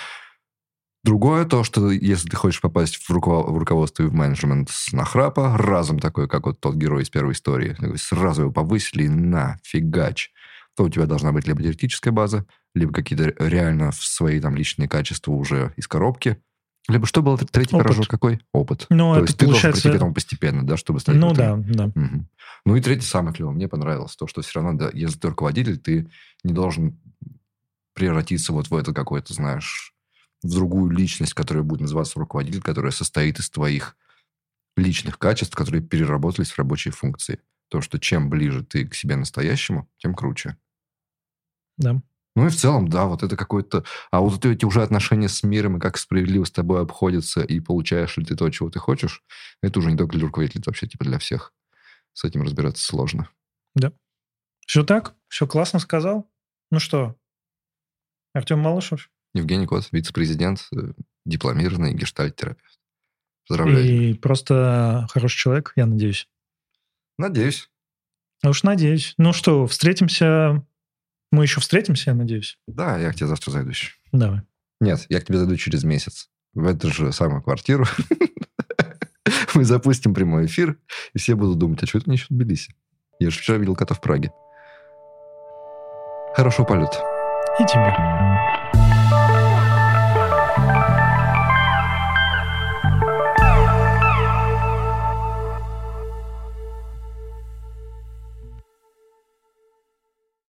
Другое то, что если ты хочешь попасть в, руковод... в руководство и в менеджмент с нахрапа, разом такой, как вот тот герой из первой истории, сразу его повысили, на, фигач, то у тебя должна быть либо теоретическая база, либо какие-то реально свои там личные качества уже из коробки, либо что было третий Опыт. пирожок какой? Опыт. Ну, то это есть ты получается... должен прийти к этому постепенно, да, чтобы стать... Ну, крутым. да, да. Угу. Ну, и третий самый клевый. Мне понравилось то, что все равно, да, если ты руководитель, ты не должен превратиться вот в это какое-то, знаешь, в другую личность, которая будет называться руководитель, которая состоит из твоих личных качеств, которые переработались в рабочие функции. То, что чем ближе ты к себе настоящему, тем круче. Да. Ну и в целом, да, вот это какое-то... А вот эти уже отношения с миром, и как справедливо с тобой обходятся, и получаешь ли ты то, чего ты хочешь, это уже не только для руководителей, это вообще типа для всех. С этим разбираться сложно. Да. Все так? Все классно сказал? Ну что, Артем Малышев? Евгений Кот, вице-президент, дипломированный гештальт-терапевт. Поздравляю. И просто хороший человек, я надеюсь. Надеюсь. Уж надеюсь. Ну что, встретимся... Мы еще встретимся, я надеюсь? Да, я к тебе завтра зайду еще. Давай. Нет, я к тебе зайду через месяц. В эту же самую квартиру. Мы запустим прямой эфир, и все будут думать, а что это не еще в Тбилиси? Я же вчера видел кота в Праге. Хорошего полета. И тебе.